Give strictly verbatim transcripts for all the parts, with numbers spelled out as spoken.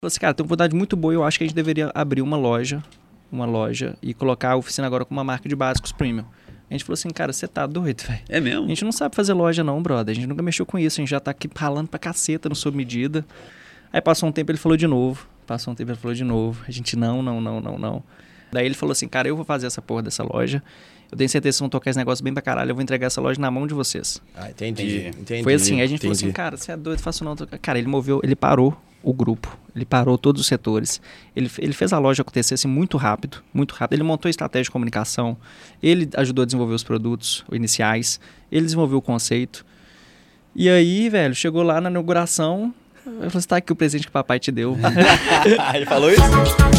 assim, cara, tem uma oportunidade muito boa, eu acho que a gente deveria abrir uma loja, uma loja e colocar a oficina agora com uma marca de básicos premium. A gente falou assim, cara, você tá doido, velho. É mesmo? A gente não sabe fazer loja não, brother. A gente nunca mexeu com isso, a gente já tá aqui ralando pra caceta no sob medida. Aí passou um tempo, ele falou de novo. Passou um tempo, ele falou de novo. A gente, não, não, não, não, não. Daí ele falou assim, cara, eu vou fazer essa porra dessa loja. Eu tenho certeza que vocês vão tocar esse negócio bem pra caralho. Eu vou entregar essa loja na mão de vocês. Ah, entendi. entendi Foi assim, aí a gente entendi. falou assim, cara, você é doido, faço não. Cara, ele moveu, ele parou o grupo. Ele parou todos os setores. Ele, ele fez a loja acontecer assim muito rápido, muito rápido. Ele montou a estratégia de comunicação. Ele ajudou a desenvolver os produtos iniciais. Ele desenvolveu o conceito. E aí, velho, chegou lá na inauguração. Eu falei assim, tá aqui o presente que o papai te deu. Ele falou isso?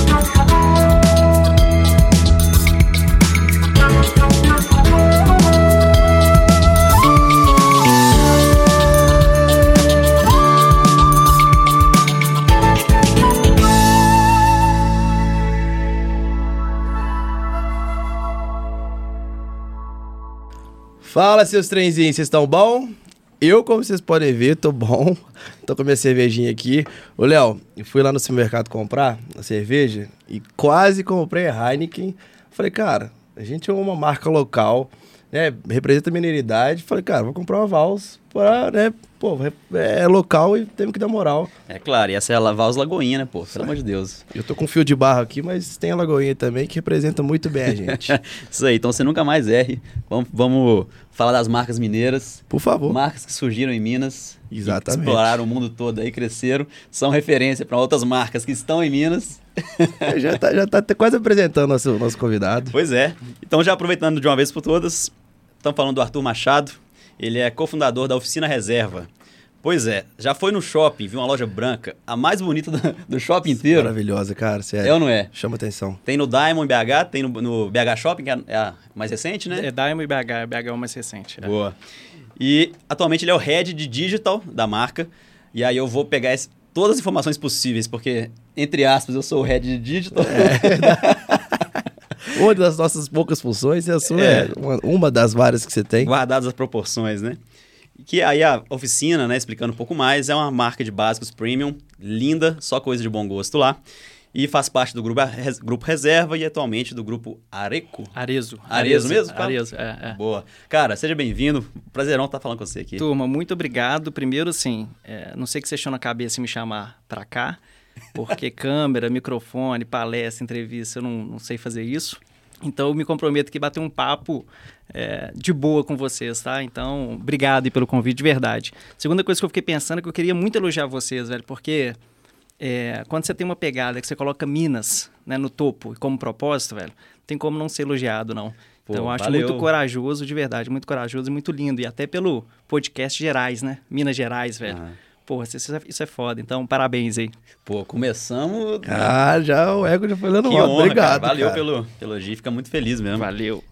Fala, seus trenzinhos, vocês estão bom? Eu, como vocês podem ver, tô bom. Tô com a minha cervejinha aqui. Ô, Léo, eu fui lá no supermercado comprar a cerveja e quase comprei a Heineken. Falei, cara, a gente é uma marca local, né? Representa a mineridade. Falei, cara, vou comprar uma Vals pra, né? Pô, é local e temos que dar moral. É claro, e essa é a Vals Lagoinha, né, pô? Pelo amor de Deus. Eu tô com fio de barro aqui, mas tem a Lagoinha também que representa muito bem a gente. Isso aí, então você nunca mais erre. Vamos, vamos falar das marcas mineiras. Por favor. Marcas que surgiram em Minas. Exatamente. Exploraram o mundo todo aí, cresceram. São referência para outras marcas que estão em Minas. já, tá, já tá quase apresentando o nosso, nosso convidado. Pois é. Então, já aproveitando de uma vez por todas, estamos falando do Arthur Machado. Ele é cofundador da Oficina Reserva. Pois é, já foi no shopping, viu uma loja branca, a mais bonita do, do shopping inteiro. Maravilhosa, cara, sério. É ou não é? Chama atenção. Tem no Diamond B H, tem no, no B H Shopping, que é a mais recente, né? É Diamond e B H, B H é o mais recente. É. Boa. E atualmente ele é o head de digital da marca. E aí eu vou pegar esse, todas as informações possíveis, porque, entre aspas, eu sou o head de digital. É. Uma das nossas poucas funções e a sua é, é uma, uma das várias que você tem. Guardadas as proporções, né? Que aí a oficina, né, explicando um pouco mais, é uma marca de básicos premium, linda, só coisa de bom gosto lá. E faz parte do grupo, grupo Reserva e atualmente do grupo Areco. Arezo. Arezo mesmo? Arezo, é, é. Boa. Cara, seja bem-vindo. Prazerão estar falando com você aqui. Turma, muito obrigado. Primeiro, assim, é, não sei que vocês tinham na cabeça em me chamar pra cá, porque câmera, microfone, palestra, entrevista, eu não, não sei fazer isso. Então, eu me comprometo aqui a bater um papo é, de boa com vocês, tá? Então, obrigado aí pelo convite, de verdade. Segunda coisa que eu fiquei pensando é que eu queria muito elogiar vocês, velho, porque é, quando você tem uma pegada que você coloca Minas, né, no topo como propósito, velho, não tem como não ser elogiado, não. Pô, então, eu acho valeu. muito corajoso, de verdade, muito corajoso e muito lindo. E até pelo podcast Gerais, né? Minas Gerais, velho. Ah. Porra, isso é, isso é foda. Então, parabéns aí. Pô, começamos... Ah, já o ego já foi lá no alto. Obrigado, cara. Valeu cara. pelo, pelo elogio. Fica muito feliz mesmo. Valeu.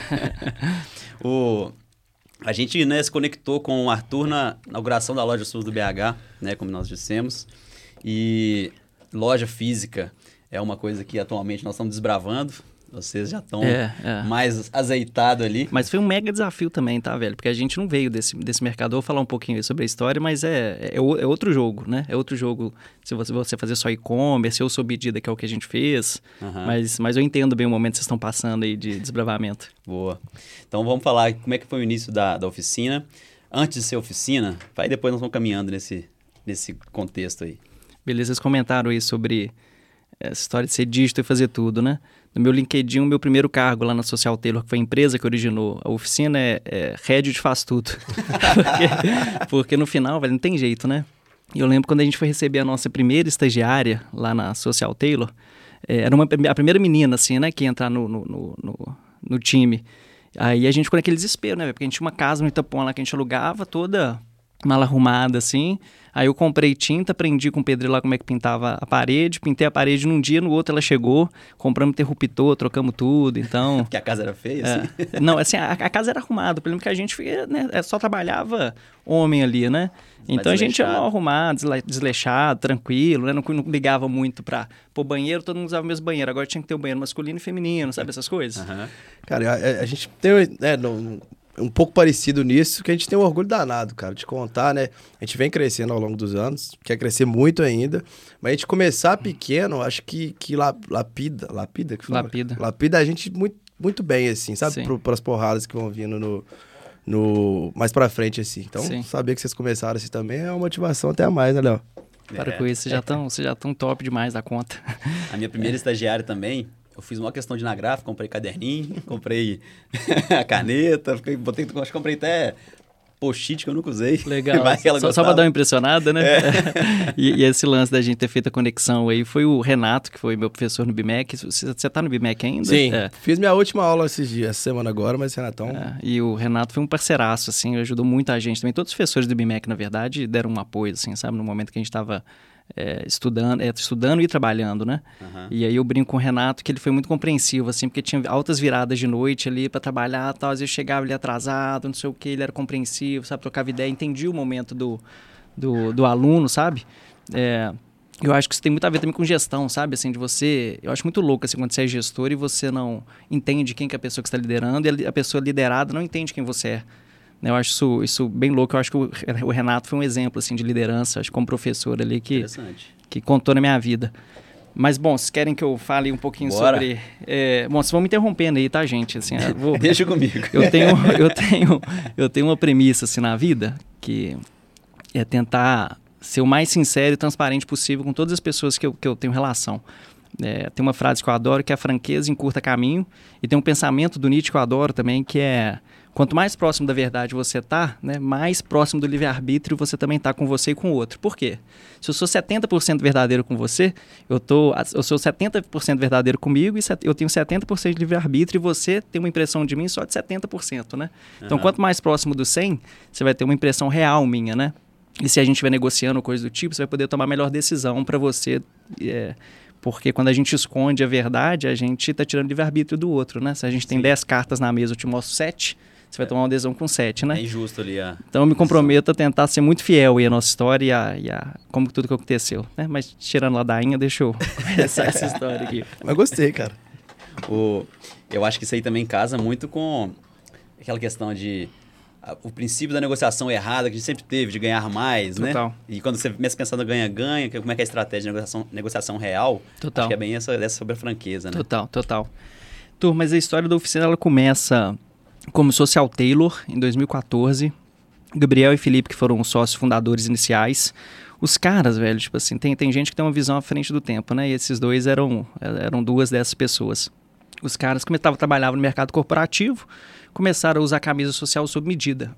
o, a gente, né, se conectou com o Arthur na inauguração da Loja Sul do B H, né, como nós dissemos. E loja física é uma coisa que atualmente nós estamos desbravando. Vocês já estão é, é. mais azeitados ali. Mas foi um mega desafio também, tá, velho? Porque a gente não veio desse, desse mercado. Eu vou falar um pouquinho sobre a história, mas é, é, é outro jogo, né? É outro jogo se você, você fazer só e-commerce ou sob medida, que é o que a gente fez. Uhum. Mas, mas eu entendo bem o momento que vocês estão passando aí de desbravamento. Boa. Então vamos falar como é que foi o início da, da oficina. Antes de ser oficina, aí depois nós vamos caminhando nesse, nesse contexto aí. Beleza, vocês comentaram aí sobre essa história de ser dígito e fazer tudo, né? No meu LinkedIn, o meu primeiro cargo lá na Social Tailor, que foi a empresa que originou a oficina, é, é head de faz tudo. porque, porque no final, velho, não tem jeito, né? E eu lembro quando a gente foi receber a nossa primeira estagiária lá na Social Tailor, é, era uma, a primeira menina, assim, né, que ia entrar no, no, no, no, no time. Aí a gente ficou naquele desespero, né? Porque a gente tinha uma casa no Itapuã lá que a gente alugava, toda mal arrumada, assim. Aí eu comprei tinta, aprendi com o pedreiro lá como é que pintava a parede, pintei a parede num dia, no outro ela chegou, compramos interruptor, trocamos tudo, então... Porque a casa era feia, é, assim? Não, assim, a, a casa era arrumada, pelo menos que a gente né, só trabalhava homem ali, né? Então a gente ia mal arrumado, desleixado, tranquilo, né? Não, não ligava muito pra... Pô, banheiro, todo mundo usava o mesmo banheiro, agora tinha que ter um banheiro masculino e feminino, sabe essas coisas? Uhum. Cara, a, a gente tem... É, não, um pouco parecido nisso, que a gente tem um orgulho danado, cara, de contar, né? A gente vem crescendo ao longo dos anos, quer crescer muito ainda, mas a gente começar pequeno, acho que, que la- lapida, lapida que fala? Lapida. Lapida a gente muito, muito bem, assim, sabe? Pro, pras porradas que vão vindo no, no, mais pra frente, assim. Então, Sim. saber que vocês começaram assim também é uma motivação até a mais, né, Léo? Para É. com isso, vocês já estão vocês já estão top demais da conta. A minha primeira estagiária também, eu fiz uma questão de ir na gráfica, comprei caderninho, comprei a caneta, fiquei, botei, acho que comprei até post-it que eu nunca usei. Legal. Vai que ela Só, só gostava. pra dar uma impressionada, né? e, e esse lance da gente ter feito a conexão aí foi o Renato, que foi meu professor no B M E C. Você, você tá no B M E C ainda? Sim, É. fiz minha última aula esses dias, essa semana agora, mas Renatão... É, e o Renato foi um parceiraço, assim, ajudou muito a gente também. Todos os professores do B M E C, na verdade, deram um apoio, assim, sabe? No momento que a gente estava é, estudando, é, estudando e trabalhando, né? Uhum. E aí eu brinco com o Renato que ele foi muito compreensivo, assim, porque tinha altas viradas de noite ali para trabalhar e tal. Às vezes chegava ele atrasado, não sei o que, ele era compreensivo, sabe? Trocava ideia, entendia o momento do, do, do aluno, sabe? É... Eu acho que isso tem muito a ver também com gestão, sabe? Assim, de você... Eu acho muito louco, assim, quando você é gestor e você não entende quem que é a pessoa que está liderando e a pessoa liderada não entende quem você é. Eu acho isso, isso bem louco. Eu acho que o, o Renato foi um exemplo, assim, de liderança, acho que como professor ali que, Interessante. que contou na minha vida. Mas, bom, vocês querem que eu fale um pouquinho Bora. sobre... É, bom, vocês vão me interrompendo aí, tá, gente? Assim, eu vou... Deixa comigo. Eu tenho, eu, tenho, eu tenho uma premissa, assim, na vida que é tentar ser o mais sincero e transparente possível com todas as pessoas que eu, que eu tenho relação. É, tem uma frase que eu adoro, que é a franqueza encurta caminho, e tem um pensamento do Nietzsche que eu adoro também, que é quanto mais próximo da verdade você tá, né, mais próximo do livre-arbítrio você também tá com você e com o outro. Por quê? Se eu sou setenta por cento verdadeiro com você, eu, tô, eu sou setenta por cento verdadeiro comigo e eu tenho setenta por cento de livre-arbítrio e você tem uma impressão de mim só de setenta por cento, né? Então, Uhum. quanto mais próximo do cem, você vai ter uma impressão real minha, né? E se a gente estiver negociando coisa do tipo, você vai poder tomar a melhor decisão para você. É, porque quando a gente esconde a verdade, a gente está tirando livre-arbítrio do outro, né? Se a gente tem dez cartas na mesa, eu te mostro sete, você vai tomar uma decisão com sete, né? É injusto ali a... Então eu me comprometo a tentar ser muito fiel aí à nossa história e a, e a como tudo que aconteceu, né? Mas tirando ladainha, deixa eu começar essa história aqui. Mas gostei, cara. O, eu acho que isso aí também casa muito com aquela questão de... a- o princípio da negociação errada que a gente sempre teve, de ganhar mais, Total. né? E quando você começa pensando em ganha-ganha, que- como é que é a estratégia de negociação, negociação real, Total. acho que é bem essa, essa sobre a franqueza, né? Total, total. Turma, mas a história da oficina ela começa como Social Tailor, em dois mil e quatorze. Gabriel e Felipe, que foram os sócios fundadores iniciais. Os caras, velho, tipo assim, tem, tem gente que tem uma visão à frente do tempo, né? E esses dois eram, eram duas dessas pessoas. Os caras começavam, trabalhavam no mercado corporativo, começaram a usar camisa social sob medida.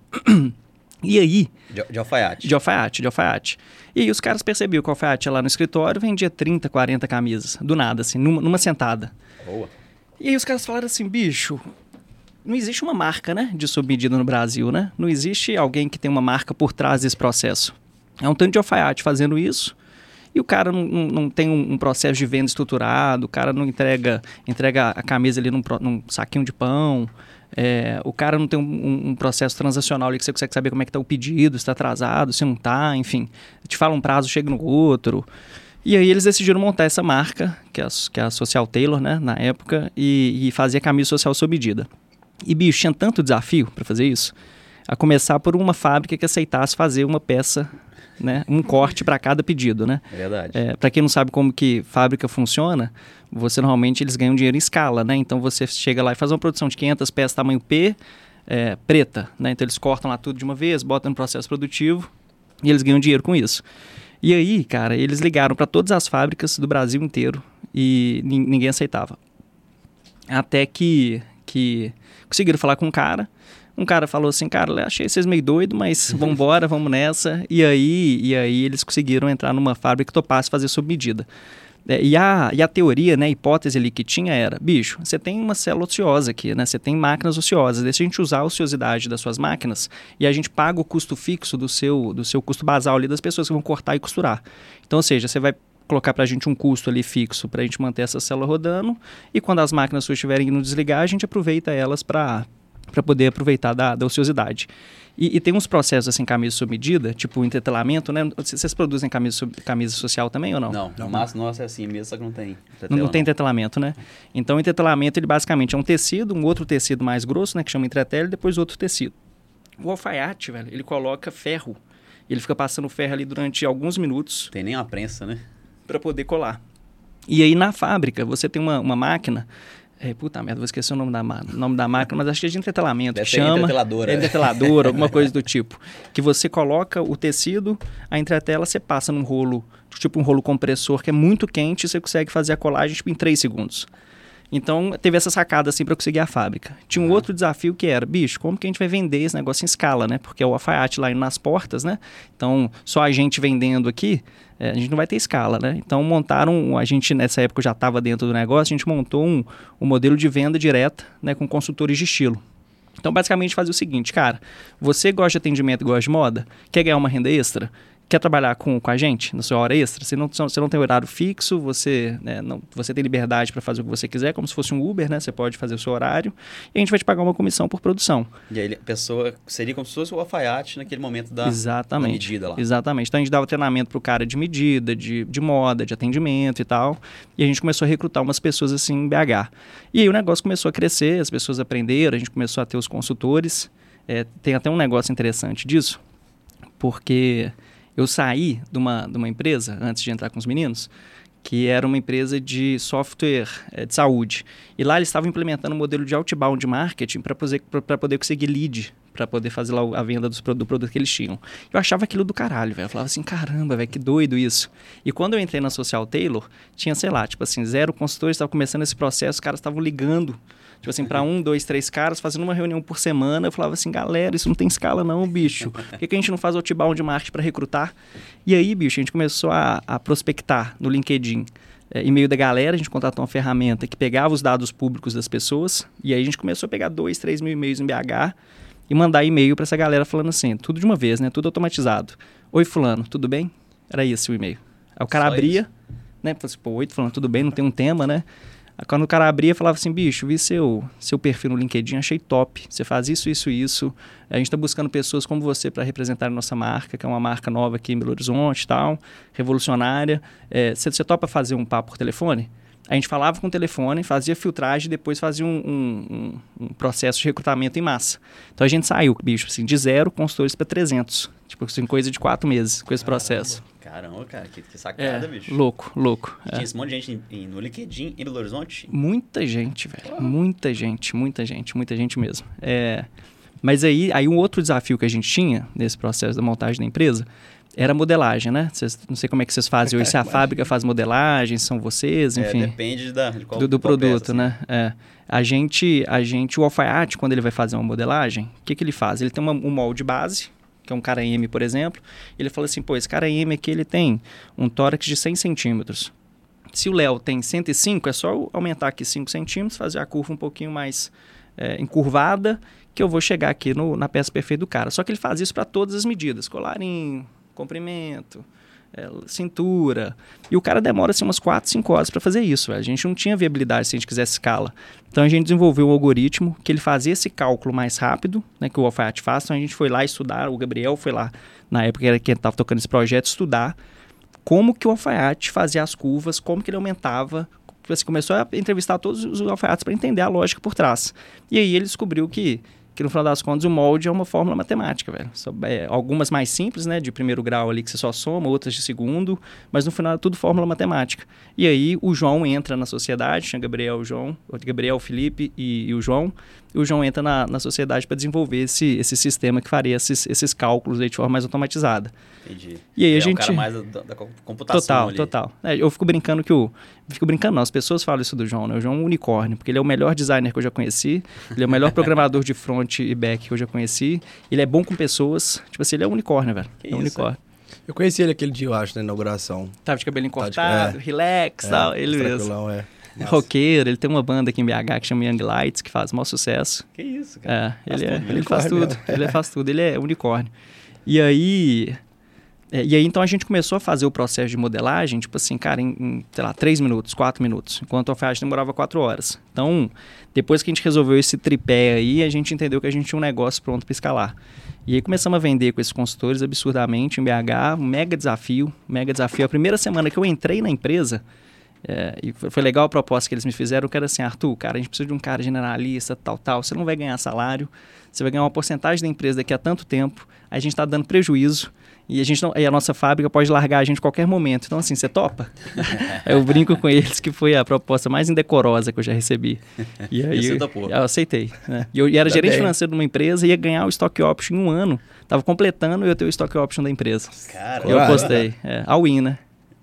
E aí... De, de alfaiate. De alfaiate, de alfaiate. E aí os caras percebiam que o alfaiate ia lá no escritório vendia trinta, quarenta camisas, do nada, assim, numa, numa sentada. Boa. E aí os caras falaram assim, bicho, não existe uma marca, né, de sob medida no Brasil, né? Não existe alguém que tem uma marca por trás desse processo. É um tanto de alfaiate fazendo isso e o cara não, não, não tem um, um processo de venda estruturado, o cara não entrega, entrega a camisa ali num, pro- num saquinho de pão, é, o cara não tem um, um- um processo transacional ali que você consegue saber como é que está o pedido, se está atrasado, se não está, enfim. Te fala um prazo, chega no outro. E aí eles decidiram montar essa marca, que é a, que é a Social Tailor, né, na época, e, e fazer camisa social sob medida. E, bicho, tinha tanto desafio para fazer isso, a começar por uma fábrica que aceitasse fazer uma peça, né, um corte para cada pedido, né? É verdade. É, para quem não sabe como que fábrica funciona, você normalmente eles ganham dinheiro em escala, né? Então você chega lá e faz uma produção de quinhentas peças tamanho P, é, preta, né? Então eles cortam lá tudo de uma vez, botam no processo produtivo e eles ganham dinheiro com isso. E aí, cara, eles ligaram para todas as fábricas do Brasil inteiro e nin- ninguém aceitava. Até que, que conseguiram falar com um cara. Um cara falou assim, cara, achei vocês meio doido, mas vamos embora, vamos nessa. E aí, e aí eles conseguiram entrar numa fábrica que topasse fazer sob medida. É, e, a, e a teoria, né, a hipótese ali que tinha era, bicho, você tem uma célula ociosa aqui, né? Você tem máquinas ociosas. Deixa a gente usar a ociosidade das suas máquinas e a gente paga o custo fixo do seu, do seu custo basal ali das pessoas que vão cortar e costurar. Então, ou seja, você vai colocar para a gente um custo ali fixo para a gente manter essa célula rodando e quando as máquinas suas estiverem indo desligar, a gente aproveita elas para para poder aproveitar da, da ociosidade. E, e tem uns processos assim, camisa sob medida, tipo o entretelamento, né? Vocês produzem camisa, sob, camisa social também ou não? Não, no máximo nosso é assim mesmo, só que não tem entretela, Não, não tem entretelamento, né? Então o entretelamento, ele basicamente é um tecido, um outro tecido mais grosso, né? Que chama entretela, e depois outro tecido. O alfaiate, velho, ele coloca ferro. Ele fica passando ferro ali durante alguns minutos. Tem nem uma prensa, né? Para poder colar. E aí na fábrica, você tem uma, uma máquina... É, puta merda, vou esquecer o nome da, nome da máquina, mas acho que é de entretelamento, Deve que chama... entreteladora. É entreteladora, alguma coisa do tipo. Que você coloca o tecido, a entretela, você passa num rolo, tipo um rolo compressor, que é muito quente, e você consegue fazer a colagem tipo, em três segundos. Então, teve essa sacada assim para conseguir a fábrica. Tinha um uhum. outro desafio que era, bicho, como que a gente vai vender esse negócio em escala, né? Porque é o alfaiate lá indo nas portas, né? Então, só a gente vendendo aqui, é, a gente não vai ter escala, né? Então, montaram, a gente nessa época já estava dentro do negócio, a gente montou um, um modelo de venda direta, né? Com consultores de estilo. Então, basicamente, fazia o seguinte, cara, você gosta de atendimento e gosta de moda? Quer ganhar uma renda extra? Quer trabalhar com, com a gente na sua hora extra? Você não, você não tem horário fixo, você, né, não, você tem liberdade para fazer o que você quiser, como se fosse um Uber, né? Você pode fazer o seu horário e a gente vai te pagar uma comissão por produção. E aí a pessoa seria como se fosse o alfaiate naquele momento da, da medida lá. Exatamente. Então a gente dava treinamento para o cara de medida, de, de moda, de atendimento e tal. E a gente começou a recrutar umas pessoas assim em B H. E aí o negócio começou a crescer, as pessoas aprenderam, a gente começou a ter os consultores. É, tem até um negócio interessante disso, porque... Eu saí de uma, de uma empresa, antes de entrar com os meninos, que era uma empresa de software é, de saúde. E lá eles estavam implementando um modelo de outbound marketing para poder, poder conseguir lead, para poder fazer lá a venda dos, do produto que eles tinham. Eu achava aquilo do caralho, velho. Eu falava assim, caramba, velho, que doido isso. E quando eu entrei na Social Tailor, tinha, sei lá, tipo assim, zero consultores, estava começando esse processo, os caras estavam ligando, tipo assim, para um, dois, três caras, fazendo uma reunião por semana. Eu falava assim, galera, isso não tem escala não, bicho. Por que, que a gente não faz outbound marketing para recrutar? E aí, bicho, a gente começou a, a prospectar no LinkedIn. É, e-mail da galera, a gente contratou uma ferramenta que pegava os dados públicos das pessoas. E aí a gente começou a pegar dois, três mil e-mails em B H e mandar e-mail para essa galera falando assim, tudo de uma vez, né? Tudo automatizado. Oi, fulano, tudo bem? Era esse o e-mail. Aí o cara Só abria, isso. né? Falei assim, pô, oi, fulano, tudo bem? Não tem um tema, né? Aí quando o cara abria, falava assim, bicho, vi seu, seu perfil no LinkedIn, achei top. Você faz isso, isso, isso. A gente está buscando pessoas como você para representar a nossa marca, que é uma marca nova aqui em Belo Horizonte e tal, revolucionária. É, você, você topa fazer um papo por telefone? A gente falava com o telefone, fazia filtragem e depois fazia um, um, um, um processo de recrutamento em massa. Então a gente saiu, bicho, assim, de zero consultores para trezentos. Tipo assim, coisa de quatro meses com esse Caramba. processo. Caramba, cara, que, que sacada, é, bicho. Louco, louco. E é. tinha esse monte de gente em, em, no LinkedIn, em Belo Horizonte? Muita gente, velho. Oh. Muita gente, muita gente, muita gente mesmo. É, mas aí, aí um outro desafio que a gente tinha nesse processo da montagem da empresa era a modelagem, né? Cês, não sei como é que vocês fazem hoje, se a fábrica faz modelagem, são vocês, enfim. É, depende da, de qual, do, do qual produto, peça, né? Assim. É. A gente, a gente, o alfaiate, quando ele vai fazer uma modelagem, o que, que ele faz? Ele tem uma, um molde base, que é um cara M, por exemplo. Ele fala assim, pô, esse cara M aqui, ele tem um tórax de cem centímetros. Se o Léo tem cento e cinco, é só aumentar aqui cinco centímetros, fazer a curva um pouquinho mais é, encurvada, que eu vou chegar aqui no, na peça perfeita do cara. Só que ele faz isso para todas as medidas, colarinho, comprimento, é, cintura. E o cara demora assim, umas quatro, cinco horas para fazer isso. Véio. A gente não tinha viabilidade se a gente quisesse escala. Então a gente desenvolveu um algoritmo que ele fazia esse cálculo mais rápido, né, que o alfaiate faz. Então a gente foi lá estudar, o Gabriel foi lá, na época era quem estava tocando esse projeto, estudar como que o alfaiate fazia as curvas, como que ele aumentava. Você começou a entrevistar todos os alfaiates para entender a lógica por trás. E aí ele descobriu que que no final das contas o molde é uma fórmula matemática, velho. É, algumas mais simples, né, de primeiro grau ali que você só soma, outras de segundo, mas no final é tudo fórmula matemática. E aí o João entra na sociedade, tinha Gabriel, o João, o Gabriel, o Felipe e, e o João, e o João entra na, na sociedade para desenvolver esse, esse sistema que faria esses, esses cálculos aí de forma mais automatizada. Entendi. E aí é a gente... um cara mais da, da computação total, ali. Total, total. É, eu fico brincando que o... Fico brincando não, as pessoas falam isso do João, né? O João é um unicórnio, porque ele é o melhor designer que eu já conheci, ele é o melhor programador de front e back que eu já conheci, ele é bom com pessoas, tipo assim, ele é um unicórnio, velho. Que é um isso, unicórnio. Eu conheci ele aquele dia, eu acho, na inauguração. Tava de cabelinho Tava cortado, de... é. relax e é, tal, ele mesmo. É. Roqueiro, ele tem uma banda aqui em B H que chama Young Lights, que faz maior sucesso. Que isso, cara. É, ele, é, ele faz tudo, ele faz tudo, ele é unicórnio. E aí... É, e aí, então, a gente começou a fazer o processo de modelagem, tipo assim, cara, em, em sei lá, três minutos, quatro minutos, enquanto a alfaiate demorava quatro horas. Então, depois que a gente resolveu esse tripé aí, a gente entendeu que a gente tinha um negócio pronto para escalar. E aí começamos a vender com esses consultores absurdamente em B H, um mega desafio, mega desafio. A primeira semana que eu entrei na empresa, é, e foi legal a proposta que eles me fizeram, que era assim, Arthur, cara, a gente precisa de um cara generalista, tal, tal, você não vai ganhar salário, você vai ganhar uma porcentagem da empresa daqui a tanto tempo, a gente está dando prejuízo, e a, gente não, e a nossa fábrica pode largar a gente a qualquer momento. Então, assim, você topa? Eu brinco com eles que foi a proposta mais indecorosa que eu já recebi. E aí Você eu, topou. eu aceitei. Né? E eu e era Tá gerente bem. financeiro de uma empresa e ia ganhar o stock option em um ano. Tava completando e eu ia ter o stock option da empresa. Cara, E eu Coragem. apostei. É, all-in, né?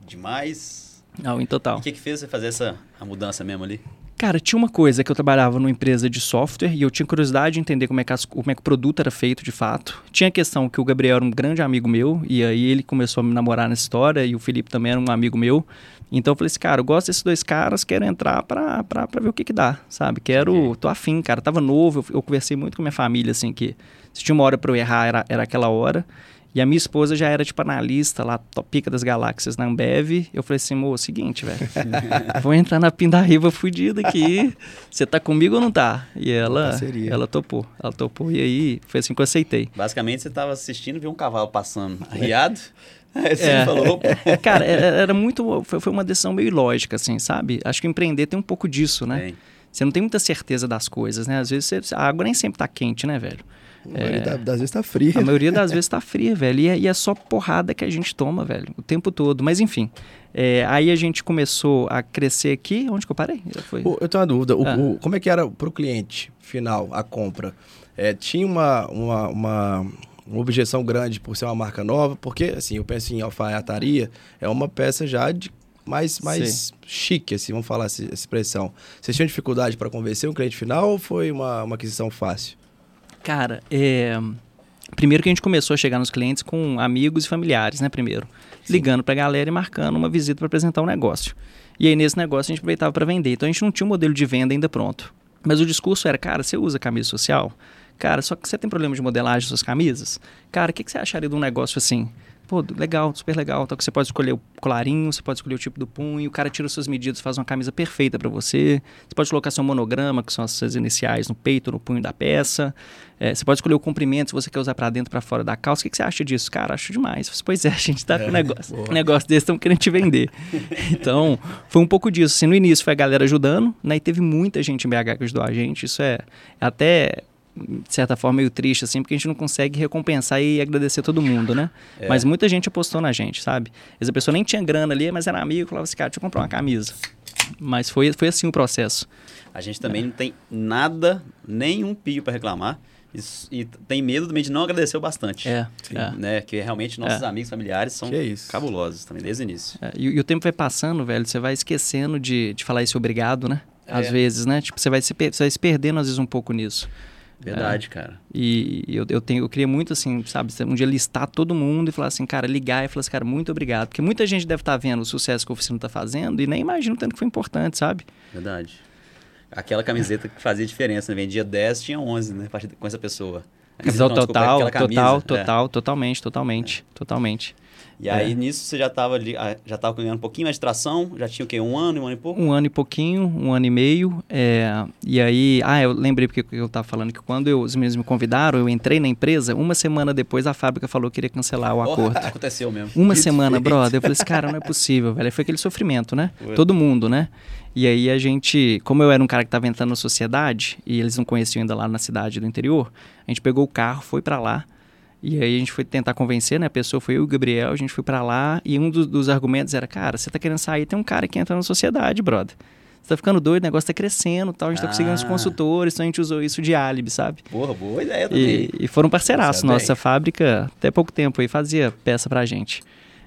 demais. All-in total. E o que que fez você fazer essa a mudança mesmo ali? Cara, tinha uma coisa que eu trabalhava numa empresa de software e eu tinha curiosidade de entender como é que, as, como é que o produto era feito de fato. Tinha a questão que o Gabriel era um grande amigo meu e aí ele começou a me namorar nessa história e o Felipe também era um amigo meu. Então eu falei assim, cara, eu gosto desses dois caras, quero entrar pra, pra, pra ver o que que dá, sabe? Quero, Ok. tô afim, cara. Tava novo, eu, eu conversei muito com minha família, assim, que se tinha uma hora pra eu errar, era, era aquela hora. E a minha esposa já era, tipo, analista lá, top pica das galáxias na Ambev. Eu falei assim, moço, seguinte, velho. Vou entrar na pindaíba fudida aqui. Você tá comigo ou não tá? E ela, Parceria. ela topou. Ela topou e aí foi assim que eu aceitei. Basicamente, você estava assistindo e viu um cavalo passando arriado. Aí você É. falou, opa. Cara, era, era muito... Foi, foi uma decisão meio ilógica, assim, sabe? Acho que empreender tem um pouco disso, né? Bem, Você não tem muita certeza das coisas, né? Às vezes você- a água nem sempre tá quente, né, velho? A maioria da- das vezes tá fria. A maioria das vezes tá fria, velho. E é, e é só porrada que a gente toma, velho. O tempo todo. Mas enfim. É, aí a gente começou a crescer aqui. Onde que eu parei? Foi... Pô, eu tenho uma dúvida. O, Ah. o- como é que era pro cliente final a compra? É, tinha uma, uma, uma, uma objeção grande por ser uma marca nova? Porque, assim, eu penso em alfaiataria, é uma peça já de mais, mais chique, assim, vamos falar essa, essa expressão. Vocês tinham dificuldade para convencer um cliente final ou foi uma, uma aquisição fácil? Cara, é... primeiro que a gente começou a chegar nos clientes com amigos e familiares, né? Primeiro. Ligando pra galera e marcando uma visita para apresentar um negócio. E aí, nesse negócio, a gente aproveitava para vender. Então, a gente não tinha um modelo de venda ainda pronto. Mas o discurso era, cara, você usa camisa social? Cara, só que você tem problema de modelagem das suas camisas? Cara, o que, que você acharia de um negócio assim? Pô, legal, super legal. Então, que você pode escolher o colarinho, você pode escolher o tipo do punho, o cara tira suas medidas, faz uma camisa perfeita para você. Você pode colocar seu monograma, que são as suas iniciais, no peito, no punho da peça. É, você pode escolher o comprimento, se você quer usar para dentro, para fora da calça. O que, que você acha disso? Cara, acho demais. Pois é, a gente tá com um negócio, um negócio desse, estamos querendo te vender. Então, foi um pouco disso. Assim, no início foi a galera ajudando, né? E teve muita gente em B H que ajudou a gente. Isso é até... de certa forma, meio triste, assim, porque a gente não consegue recompensar e agradecer todo mundo, né? É. Mas muita gente apostou na gente, sabe? Às vezes a pessoa nem tinha grana ali, mas era amigo, falava assim, cara, deixa eu comprar uma camisa. Mas foi, foi assim o processo. a gente também não tem nada, nenhum pio para reclamar. Isso- e tem medo também de não agradecer o bastante. É, é. Né? Que realmente nossos É. amigos familiares são Que isso. cabulosos também, desde o início. É, e, e o tempo vai passando, velho, você vai esquecendo de, de falar esse obrigado, né? Às É. vezes, né? Tipo, você vai, se, per- você vai se perdendo às vezes um pouco nisso. Verdade, cara. E eu, eu, tenho, eu queria muito, assim, sabe, um dia listar todo mundo e falar assim, cara, ligar e falar assim, cara, muito obrigado. Porque muita gente deve estar vendo o sucesso que a oficina está fazendo e nem imagina o tanto que foi importante, sabe? Verdade. Aquela camiseta que fazia diferença, né? Vendia dez, tinha onze, né? Com essa pessoa. A camiseta Total, não, desculpa, total, aquela camisa, total, é. total, totalmente, totalmente, totalmente. E aí, É. nisso, você já estava ali, ah, já estava ganhando um pouquinho mais de tração, já tinha o quê? Um ano, um ano e pouco? Um ano e pouquinho, um ano e meio, é, e aí, ah, eu lembrei porque eu estava falando que quando eu, os meninos me convidaram, eu entrei na empresa, uma semana depois a fábrica falou que queria cancelar o Oh, acordo. aconteceu mesmo. Uma Que semana, desfeito. brother. Eu falei assim, cara, não é possível, velho. Aí foi aquele sofrimento, né? Foi. Todo mundo, né? E aí a gente, como eu era um cara que estava entrando na sociedade, e eles não conheciam ainda lá na cidade do interior, a gente pegou o carro, foi pra lá, e aí a gente foi tentar convencer, né? A pessoa foi eu e o Gabriel, a gente foi pra lá, e um dos, dos argumentos era, cara, você tá querendo sair, tem um cara que entra na sociedade, brother. Você tá ficando doido, o negócio tá crescendo, tal, a gente tá conseguindo os Ah. consultores, então a gente usou isso de álibi, sabe? Porra, boa ideia também. E, e foram parceiraços. Pensa bem. Nossa fábrica, até pouco tempo aí, fazia peça pra gente.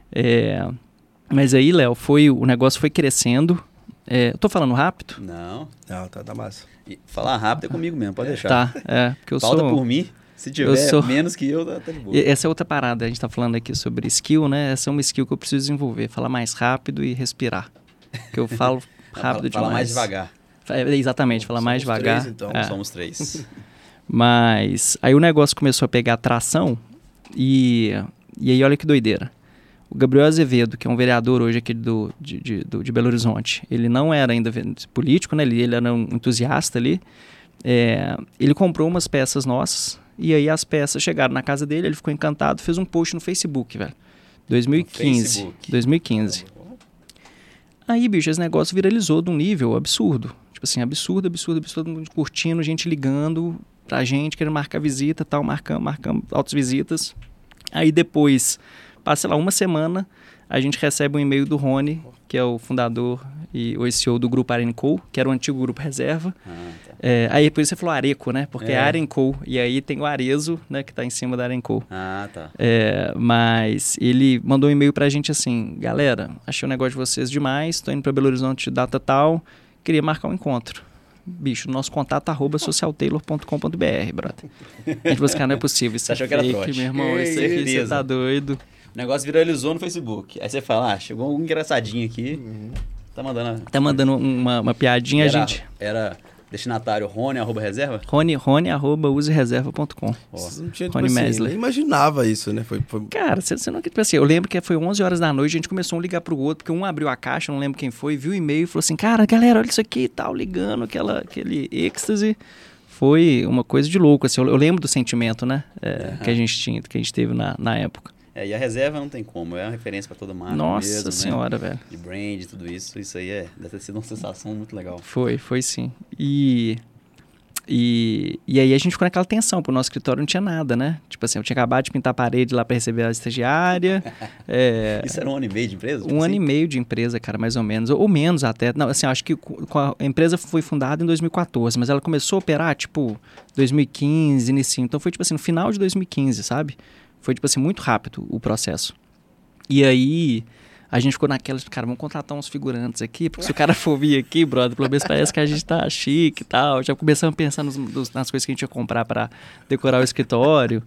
É, mas aí, Léo, foi, o negócio foi crescendo. É, eu tô falando rápido? Não. Não, tá, tá massa. E falar rápido é comigo mesmo, pode deixar. Tá, é, porque eu Pauta sou... por mim. Se tiver eu sou- menos que eu, tá, tá de boa. E essa é outra parada, a gente tá falando aqui sobre skill, né? Essa é uma skill que eu preciso desenvolver, falar mais rápido e respirar. Porque eu falo rápido Fala, fala mais demais. devagar. É, exatamente, falar mais Somos devagar. três, então. É. Somos três. Mas aí o negócio começou a pegar tração e, e aí olha que doideira. O Gabriel Azevedo, que é um vereador hoje aqui do, de, de, do, de Belo Horizonte, ele não era ainda político, né? Ele, ele era um entusiasta ali. É, ele comprou umas peças nossas e aí as peças chegaram na casa dele, ele ficou encantado, fez um post no Facebook, velho. dois mil e quinze. dois mil e quinze. Aí, bicho, esse negócio viralizou de um nível absurdo. Tipo assim, absurdo, absurdo, absurdo. Todo mundo curtindo, gente ligando pra gente, querendo marcar visita e tal, marcando, marcando altas visitas. Aí depois, passa, sei lá, uma semana, a gente recebe um e-mail do Rony, que é o fundador e o C E O do Grupo Arenco, que era o antigo Grupo Reserva. Ah, tá. É, aí depois você falou Areco, né? Porque é, é Arenco. E aí tem o Arezo, né? Que tá em cima da Arenco. Ah, tá. É, mas ele mandou um e-mail pra gente assim: galera, achei o negócio de vocês demais, tô indo pra Belo Horizonte data tal, queria marcar um encontro. Bicho, nosso contato arroba socialtailor ponto com ponto b r, brother. A gente falou assim, cara, não é possível, isso é fake, meu irmão, isso aqui, você tá doido. O negócio viralizou no Facebook. Aí você fala, ah, chegou um engraçadinho aqui, uhum. tá mandando... Tá mandando uma, uma piadinha, era, a gente... Era destinatário Rony, arroba reserva? Rony, Rony, arroba use reserva ponto com. Oh. Não tinha, tipo Rony assim, Mesler. Nem imaginava isso, né? Foi, foi... Cara, você, você não... Tipo assim, eu lembro que foi onze horas da noite, a gente começou a ligar pro outro, porque um abriu a caixa, não lembro quem foi, viu o e-mail e falou assim, cara, galera, olha isso aqui e tal, ligando, aquela, aquele êxtase. Foi uma coisa de louco, assim, eu, eu lembro do sentimento, né? É, uhum. Que a gente tinha, que a gente teve na, na época. É, e a reserva não tem como, é uma referência para toda marca. Nossa mesmo, senhora, né? velho. De brand, tudo isso, isso aí é, deve ter sido uma sensação muito legal. Foi, foi sim. E, e, e aí a gente ficou naquela tensão, pro nosso escritório não tinha nada, né? Tipo assim, eu tinha acabado de pintar a parede lá para receber a estagiária. é, isso era um ano e meio de empresa? Um assim? ano e meio de empresa, cara, mais ou menos. Ou, ou menos até. Não, assim, acho que a empresa foi fundada em dois mil e quatorze, mas ela começou a operar, tipo, dois mil e quinze, início. Então foi, tipo assim, no final de dois mil e quinze, sabe? Foi, tipo assim, muito rápido o processo. E aí, a gente ficou naquela, cara, vamos contratar uns figurantes aqui, porque se o cara for vir aqui, brother, pelo menos parece que a gente tá chique e tal. Já começamos a pensar nos, nos, nas coisas que a gente ia comprar para decorar o escritório.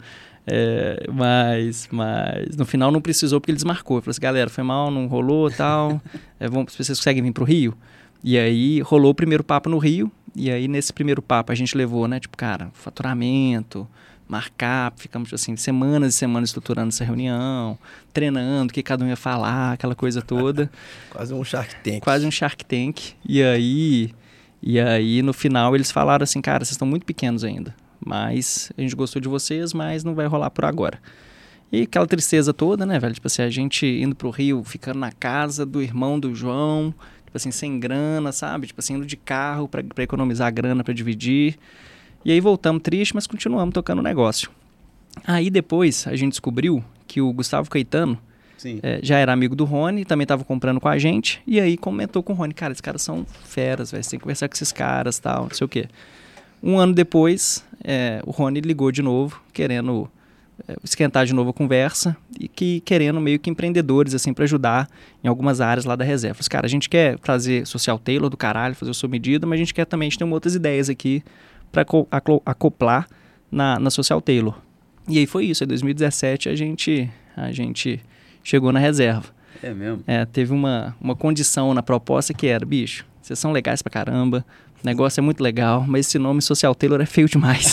É, mas, mas, no final não precisou, porque ele desmarcou. Falou assim, galera, foi mal, não rolou e tal. É, vamos, vocês conseguem vir pro Rio? E aí, rolou o primeiro papo no Rio. E aí, nesse primeiro papo, a gente levou, né, tipo, cara, faturamento... marcar, ficamos assim, semanas e semanas estruturando essa reunião, treinando o que cada um ia falar, aquela coisa toda. Quase um Shark Tank. Quase um Shark Tank. E aí, e aí, no final, eles falaram assim, cara, vocês estão muito pequenos ainda, mas a gente gostou de vocês, mas não vai rolar por agora. E aquela tristeza toda, né, velho? Tipo assim, a gente indo pro Rio, ficando na casa do irmão do João, tipo assim, sem grana, sabe? Tipo assim, indo de carro pra, pra economizar grana, pra dividir. E aí voltamos triste, mas continuamos tocando o negócio. Aí depois a gente descobriu que o Gustavo Caetano é, já era amigo do Rony, também estava comprando com a gente. E aí comentou com o Rony, cara, esses caras são feras, velho, você tem que conversar com esses caras e tal, não sei o quê. Um ano depois, é, o Rony ligou de novo, querendo é, esquentar de novo a conversa e que, querendo meio que empreendedores, assim, para ajudar em algumas áreas lá da reserva. Falei, cara, a gente quer fazer social tailor do caralho, fazer a sua medida, mas a gente quer também, a gente tem outras ideias aqui para acoplar na, na Social Tailor. E aí foi isso, em dois mil e dezessete a gente, a gente chegou na reserva. É mesmo? É, teve uma, uma condição na proposta que era, bicho, vocês são legais pra caramba, o negócio é muito legal, mas esse nome Social Tailor é feio demais.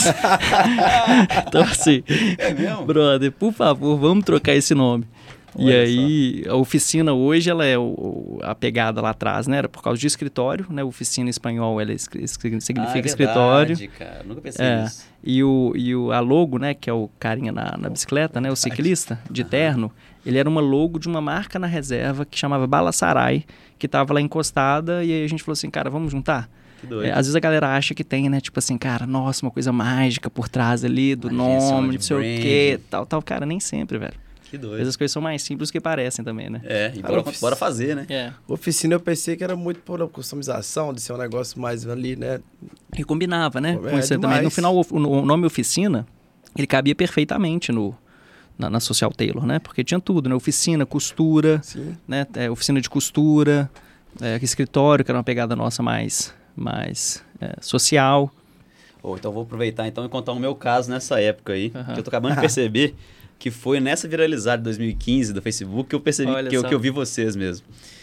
Então assim, é mesmo? Brother, por favor, vamos trocar esse nome. Olha e aí, só. A oficina hoje, ela é o, a pegada lá atrás, né? Era por causa de escritório, né? Oficina em espanhol, ela significa ah, é escritório. Verdade, cara. Nunca pensei é, nisso. E, o, e o, a logo, né? Que é o carinha na, na bicicleta, né? O ciclista de terno. Ele era uma logo de uma marca na reserva que chamava Balasarai, que estava lá encostada. E aí a gente falou assim, cara, vamos juntar? Que doido. É, às vezes a galera acha que tem, né? Tipo assim, cara, nossa, uma coisa mágica por trás ali, do Agência, nome, não sei o quê, tal, tal. Cara, nem sempre, velho. Que doido. Às vezes as coisas são mais simples do que parecem também, né? É, e bora, bora fazer, né? É. Oficina eu pensei que era muito por customização, de ser um negócio mais ali, né? E combinava, né? É, Com isso também. No final, o, o nome Oficina, ele cabia perfeitamente no, na, na Social Tailor, né? Porque tinha tudo, né? Oficina, costura, Sim. né? É, oficina de costura, é, escritório, que era uma pegada nossa mais, mais é, social. Oh, então vou aproveitar então e contar o meu caso nessa época aí, Uhum. que eu tô acabando de perceber que foi nessa viralizada de dois mil e quinze do Facebook que eu percebi que eu, que eu vi vocês mesmo.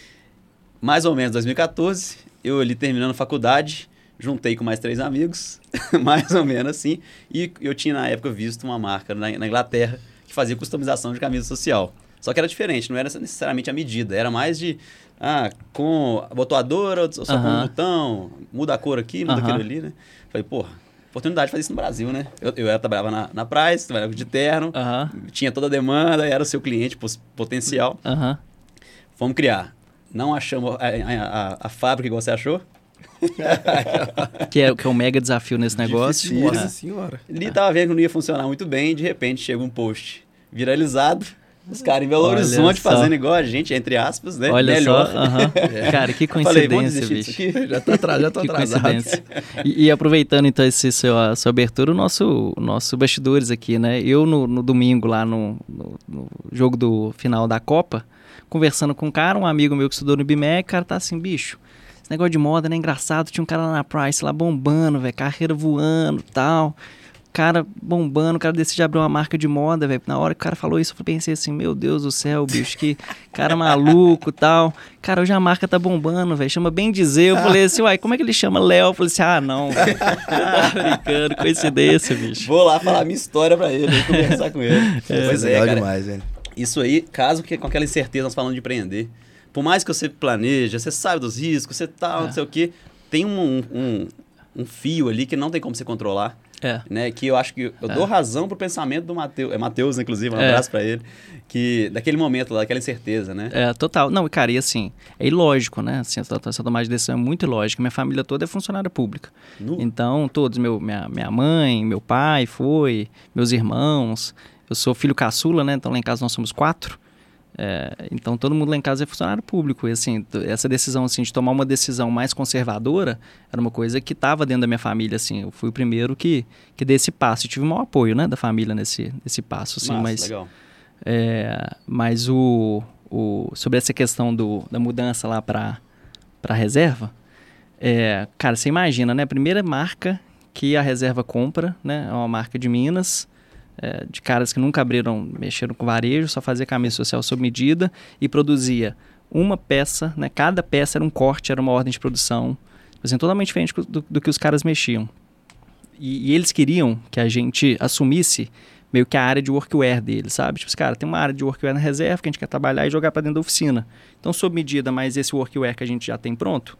Mais ou menos dois mil e quatorze, eu ali terminando a faculdade, juntei com mais três amigos, mais ou menos assim, e eu tinha na época visto uma marca na, na Inglaterra que fazia customização de camisa social. Só que era diferente, não era necessariamente a medida. Era mais de, ah, com a botoadora ou só Aham. com um botão, muda a cor aqui, muda Aham. aquilo ali, né? Falei, porra, oportunidade de fazer isso no Brasil, né? Eu, eu era- trabalhava na, na Price, trabalhava de terno, Aham, tinha toda a demanda, era o seu cliente pos- potencial. aham. Fomos criar. Não achamos a, a, a, a fábrica igual você achou. Que é, que é um mega desafio nesse negócio. Dificílimo. Nossa É. senhora. Ele tava vendo que não ia funcionar muito bem, de repente chega um post viralizado, os caras em Belo Olha Horizonte só. fazendo igual a gente, entre aspas, né? Olha Melhor. só, aham. Cara, que Eu falei, vamos coincidência, desistir disso bicho. aqui? Já, tá, atra- já tô Que atrasado. coincidência. E, e aproveitando então esse seu, a sua abertura, o nosso, o nosso bastidores aqui, né? Eu no, no domingo lá no, no, no jogo do final da Copa, conversando com um cara, um amigo meu que estudou no I B M E C, o cara tá assim, bicho, esse negócio de moda, né? Engraçado, tinha um cara lá na Price lá bombando, velho, carreira voando e tal. Cara bombando, o cara decide abrir uma marca de moda, velho. Na hora que o cara falou isso, eu pensei assim, meu Deus do céu, bicho, que cara maluco e tal. Cara, hoje a marca tá bombando, velho, chama Bem Dizer. Eu falei assim, uai, como é que ele chama Léo? Eu falei assim, ah, não, velho. Tá brincando, coincidência, bicho. Vou lá falar minha história pra ele, conversar com ele. Pois é, legal cara. demais, velho. Isso aí, caso que com aquela incerteza, nós falando de empreender. Por mais que você planeja, você sabe dos riscos, você tal, É. não sei o quê, tem um, um, um fio ali que não tem como você controlar. É. Né, que eu acho que eu dou razão pro pensamento do Matheus. É Matheus, inclusive, um É. abraço pra ele. Que daquele momento lá, daquela incerteza, né? É, total. Não, cara, e assim, é ilógico, né? Assim, essa, essa tomada de decisão é muito ilógica. Minha família toda é funcionária pública. Nu. Então, todos, meu, minha, minha mãe, meu pai foi, meus irmãos. Eu sou filho caçula, né? Então lá em casa nós somos quatro. É, então todo mundo lá em casa é funcionário público. E assim, t- essa decisão assim, de tomar uma decisão mais conservadora era uma coisa que estava dentro da minha família. Assim, eu fui o primeiro que, que dei esse passo. E tive o maior apoio, né, da família nesse, nesse passo. Assim, Massa, mas legal. é, mas o, o, sobre essa questão do, da mudança lá para a reserva, é, cara, você imagina, né? A primeira marca que a reserva compra, né? É uma marca de Minas, é, de caras que nunca abriram, mexeram com varejo, só fazia camisa social sob medida e produzia uma peça, né? Cada peça era um corte, era uma ordem de produção, assim, totalmente diferente do, do que os caras mexiam. E, e eles queriam que a gente assumisse meio que a área de workwear deles, sabe? Tipo, cara, tem uma área de workwear na reserva que a gente quer trabalhar e jogar para dentro da oficina. Então, sob medida, mas esse workwear que a gente já tem pronto,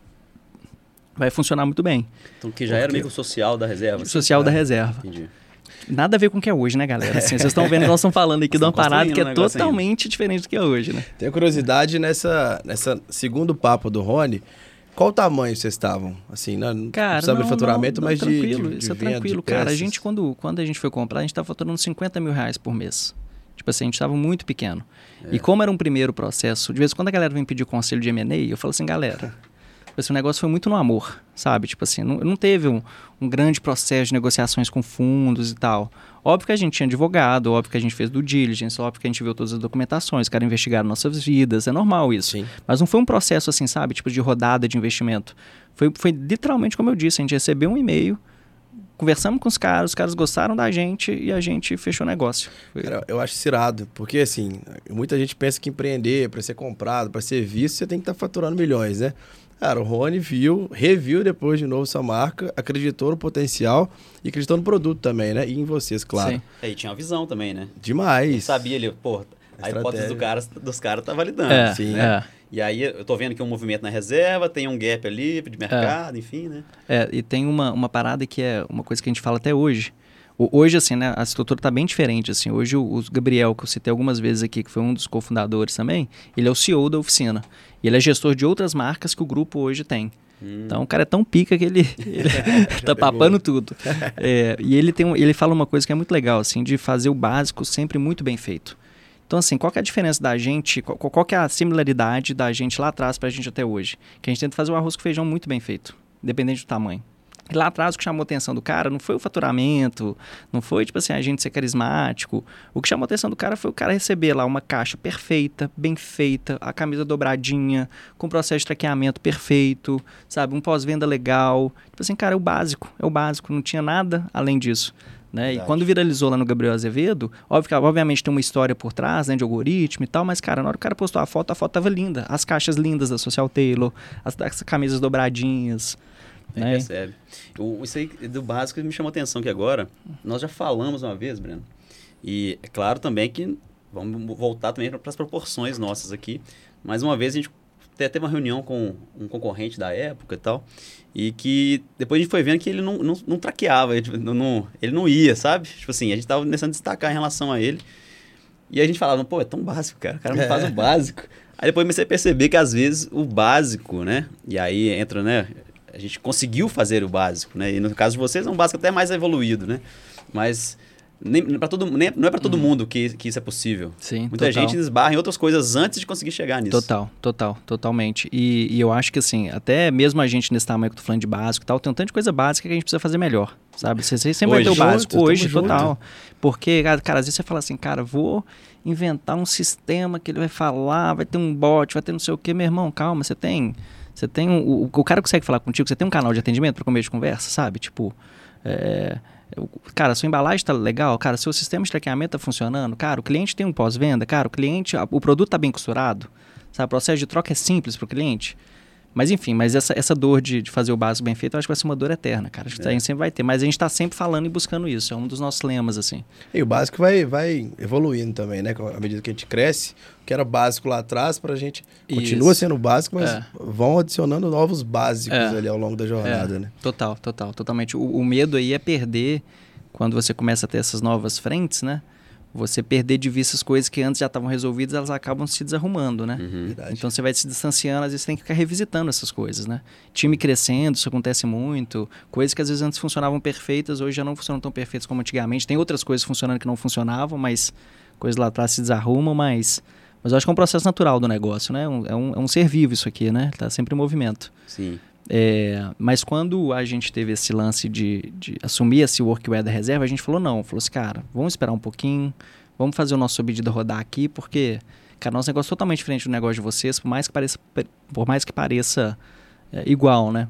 vai funcionar muito bem. Então, que já era meio que o social da reserva. assim. Social da Ah, reserva. Entendi. Nada a ver com o que é hoje, né, galera? Assim, vocês estão vendo que nós estamos falando aqui de uma Estão parada que é construindo um negócio totalmente diferente do que é hoje, né? Tenho curiosidade nessa, nessa segundo papo do Rony. Qual tamanho vocês estavam? Assim, não, não Cara, sabe não, faturamento, não, mas não, de, tranquilo, de, de isso é venda, tranquilo, de cara. A peças. gente, quando, quando a gente foi comprar, a gente estava faturando cinquenta mil reais por mês. Tipo assim, a gente estava muito pequeno. E como era um primeiro processo, de vez em quando a galera vem pedir conselho de M and A, eu falo assim, galera, esse negócio foi muito no amor, sabe? Tipo assim, não, não teve um, um grande processo de negociações com fundos e tal. Óbvio que a gente tinha advogado, óbvio que a gente fez due diligence, óbvio que a gente viu todas as documentações, os caras investigaram nossas vidas, é normal isso. Sim. Mas não foi um processo assim, sabe? Tipo de rodada de investimento. Foi, foi literalmente como eu disse, a gente recebeu um e-mail, conversamos com os caras, os caras gostaram da gente e a gente fechou o negócio. Foi- Cara, eu acho isso irado, porque assim, muita gente pensa que empreender, para ser comprado, para ser visto, você tem que estar faturando milhões, né? Cara, o Rony viu, reviu depois de novo sua marca, acreditou no potencial e acreditou no produto também, né? E em vocês, claro. Sim. É, e tinha uma visão também, né? Ele Demais. sabia ali, pô, a Estratégia. hipótese do cara, dos caras tá validando. É, sim, né? é. E aí eu tô vendo que um movimento na reserva, tem um gap ali de mercado, enfim, né? É, e tem uma, uma parada que é uma coisa que a gente fala até hoje. O- Hoje, assim, né, a estrutura tá bem diferente, assim. Hoje o, o Gabriel, que eu citei algumas vezes aqui, que foi um dos cofundadores também, ele é o C E O da oficina. E ele é gestor de outras marcas que o grupo hoje tem. Então o cara é tão pica que ele, ele tá papando tudo. É, e ele, tem um- ele fala uma coisa que é muito legal, assim, de fazer o básico sempre muito bem feito. Então, assim, qual que é a diferença da gente, qual, qual que é a similaridade da gente lá atrás pra gente até hoje? Que a gente tenta fazer o arroz com feijão muito bem feito, independente do tamanho. E lá atrás o que chamou a atenção do cara não foi o faturamento, não foi, tipo assim, a gente ser carismático. O que chamou a atenção do cara foi o cara receber lá uma caixa perfeita, bem feita, a camisa dobradinha, com processo de traqueamento perfeito, sabe? Um pós-venda legal. Tipo assim, cara, é o básico, é o básico, não tinha nada além disso. Né? E Verdade. quando viralizou lá no Gabriel Azevedo, óbvio que, obviamente tem uma história por trás, né, de algoritmo e tal, mas, cara, na hora que o cara postou a foto, a foto tava linda. As caixas lindas da Social Tailor, as, as camisas dobradinhas. Aí Né? percebe. O, isso aí do básico me chamou a atenção que agora, nós já falamos uma vez, Breno, e é claro também que vamos voltar também para as proporções nossas aqui. Mais uma vez, a gente até teve uma reunião com um concorrente da época e tal, e que depois a gente foi vendo que ele não, não, não traqueava, ele não, não, ele não ia, sabe? Tipo assim, a gente tava começando a destacar em relação a ele, e a gente falava, pô, é tão básico, cara, o cara não é. faz o básico. Aí depois comecei a perceber que às vezes o básico, né, e aí entra, né, a gente conseguiu fazer o básico, né, e no caso de vocês é um básico até mais evoluído, né, mas... Nem, pra todo, nem, não é para todo hum. mundo que, que isso é possível. Sim, Muita total. gente esbarra em outras coisas antes de conseguir chegar nisso. Total, total, totalmente. E, e eu acho que assim, até mesmo a gente nesse tamanho que eu tô falando de básico e tal, tem um tanto de coisa básica que a gente precisa fazer melhor, sabe? Você, você sempre hoje, vai ter o básico. Junto, hoje, total. Junto. Porque, cara, às vezes você fala assim, cara, vou inventar um sistema que ele vai falar, vai ter um bot, vai ter não sei o quê. Meu irmão, calma, você tem... Você tem um, o, o cara consegue falar contigo, você tem um canal de atendimento para começo de conversa, sabe? Tipo... É, cara, sua embalagem está legal, cara, seu sistema de traqueamento está funcionando, cara, o cliente tem um pós-venda, cara, o cliente, o produto está bem costurado, sabe, o processo de troca é simples para o cliente. Mas enfim, mas essa, essa dor de, de fazer o básico bem feito, eu acho que vai ser uma dor eterna, cara. Acho que é. a gente sempre vai ter, mas a gente está sempre falando e buscando isso, é um dos nossos lemas, assim. E o básico vai, vai evoluindo também, né? À medida que a gente cresce, o que era básico lá atrás, pra gente isso. continua sendo básico, mas é. vão adicionando novos básicos é. ali ao longo da jornada, é. né? Total, total, totalmente. O, o medo aí é perder, quando você começa a ter essas novas frentes, né? Você perder de vista as coisas que antes já estavam resolvidas, elas acabam se desarrumando, né? Uhum. Então você vai se distanciando, às vezes você tem que ficar revisitando essas coisas, né? Time crescendo, isso acontece muito. Coisas que às vezes antes funcionavam perfeitas, hoje já não funcionam tão perfeitas como antigamente. Tem outras coisas funcionando que não funcionavam, mas coisas lá atrás se desarrumam, mas... Mas eu acho que é um processo natural do negócio, né? É um, é um ser vivo isso aqui, né? Tá sempre em movimento. Sim. É, mas quando a gente teve esse lance de, de assumir esse workware da reserva, a gente falou não, falou assim, cara, vamos esperar um pouquinho, vamos fazer o nosso submedida rodar aqui, porque, cara, nosso negócio é totalmente diferente do negócio de vocês, por mais que pareça, por mais que pareça é, igual, né?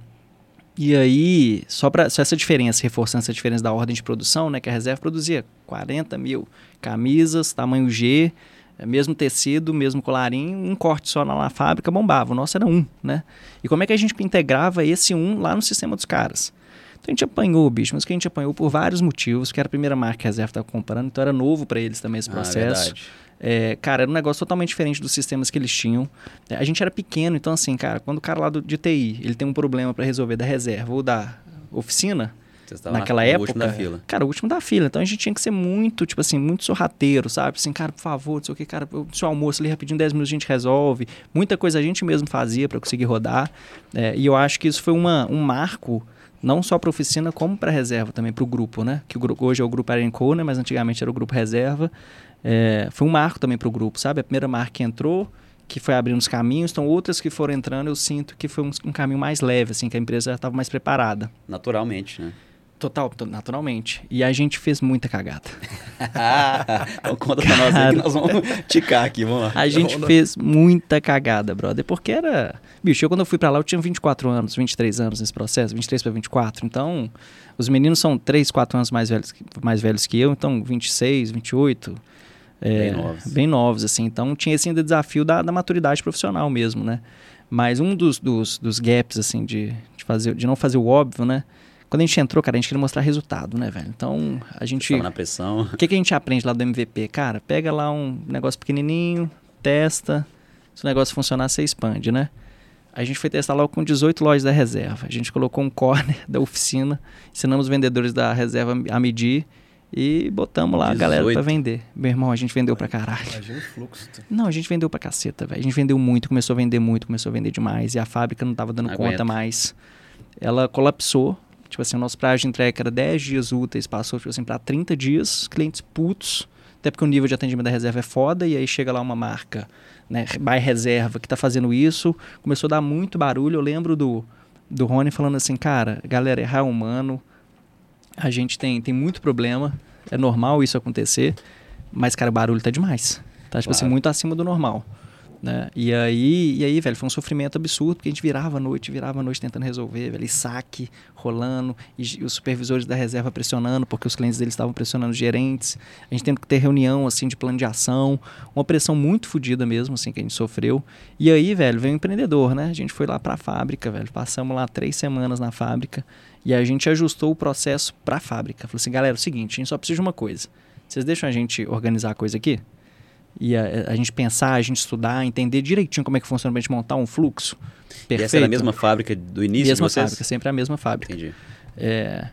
E aí, só para só essa diferença, reforçando essa diferença da ordem de produção, né, que a reserva produzia quarenta mil camisas, tamanho G, mesmo tecido, mesmo colarinho, um corte só na, na fábrica bombava. O nosso era um, né? E como é que a gente integrava esse um lá no sistema dos caras? Então a gente apanhou o bicho, mas que a gente apanhou por vários motivos, que era a primeira marca que a reserva estava comprando, então era novo para eles também esse processo. Ah, é, cara, era um negócio totalmente diferente dos sistemas que eles tinham. É, a gente era pequeno, então assim, cara, quando o cara lá do, de T I, ele tem um problema para resolver da reserva ou da oficina, naquela na, época, o último da fila. Cara, o último da fila. Então a gente tinha que ser muito, tipo assim, muito sorrateiro, sabe? Assim, cara, por favor, não sei o que, cara, o seu almoço ali rapidinho, dez minutos a gente resolve. Muita coisa a gente mesmo fazia para conseguir rodar. É, e eu acho que isso foi uma, um marco, não só para a oficina, como para a reserva também, para o grupo, né? Que o grupo, hoje é o grupo Arenco, né? Mas antigamente era o grupo reserva. É, foi um marco também para o grupo, sabe? A primeira marca que entrou, que foi abrindo os caminhos, então outras que foram entrando, eu sinto que foi um, um caminho mais leve, assim, que a empresa já estava mais preparada. Naturalmente, né? Total, naturalmente. E a gente fez muita cagada. Então conta pra nós aí que nós vamos ticar aqui, vamos lá. A gente fez muita cagada, brother, porque era... Bicho, eu quando eu fui pra lá eu tinha vinte e quatro anos, vinte e três anos nesse processo, vinte e três para vinte e quatro, então os meninos são três, quatro anos mais velhos, mais velhos que eu, então vinte e seis, vinte e oito... É, bem novos. Bem novos, assim. Então tinha esse ainda desafio da, da maturidade profissional mesmo, né? Mas um dos, dos, dos gaps, assim, de, de, fazer, de não fazer o óbvio, né? Quando a gente entrou, cara, a gente queria mostrar resultado, né, velho? Então, a gente... Estava na pressão. O que, que a gente aprende lá do M V P? Cara, pega lá um negócio pequenininho, testa. Se o negócio funcionar, você expande, né? A gente foi testar logo com dezoito lojas da reserva. A gente colocou um corner da oficina, ensinamos os vendedores da reserva a medir e botamos lá dezoito. A galera pra vender. Meu irmão, a gente vendeu pra caralho. Imagina o fluxo. Não, a gente vendeu pra caceta, velho. A gente vendeu muito, começou a vender muito, começou a vender demais. E a fábrica não tava dando Aguenta. conta mais. Ela colapsou. Tipo assim, o nosso prazo de entrega era dez dias úteis, passou tipo assim, para trinta dias, clientes putos, até porque o nível de atendimento da reserva é foda, e aí chega lá uma marca, né, by reserva, que tá fazendo isso, começou a dar muito barulho. Eu lembro do, do Rony falando assim, cara, galera, errar é humano, a gente tem, tem muito problema, é normal isso acontecer, mas, cara, o barulho tá demais, tá, tipo claro. assim, muito acima do normal. Né? E aí, e aí, velho, foi um sofrimento absurdo, porque a gente virava a noite, virava a noite tentando resolver, velho, e saque rolando, e, e os supervisores da reserva pressionando, porque os clientes deles estavam pressionando os gerentes, a gente tendo que ter reunião, assim, de plano de ação, uma pressão muito fodida mesmo, assim, que a gente sofreu. E aí, velho, veio o empreendedor, né? A gente foi lá pra fábrica, velho, passamos lá três semanas na fábrica, e a gente ajustou o processo pra fábrica. Falou assim, galera, é o seguinte, a gente só precisa de uma coisa, vocês deixam a gente organizar a coisa aqui? e a, a gente pensar, a gente estudar, entender direitinho como é que funciona pra gente montar um fluxo perfeito. E essa era a mesma fábrica do início mesma de vocês? Fábrica, sempre a mesma fábrica. Entendi. É,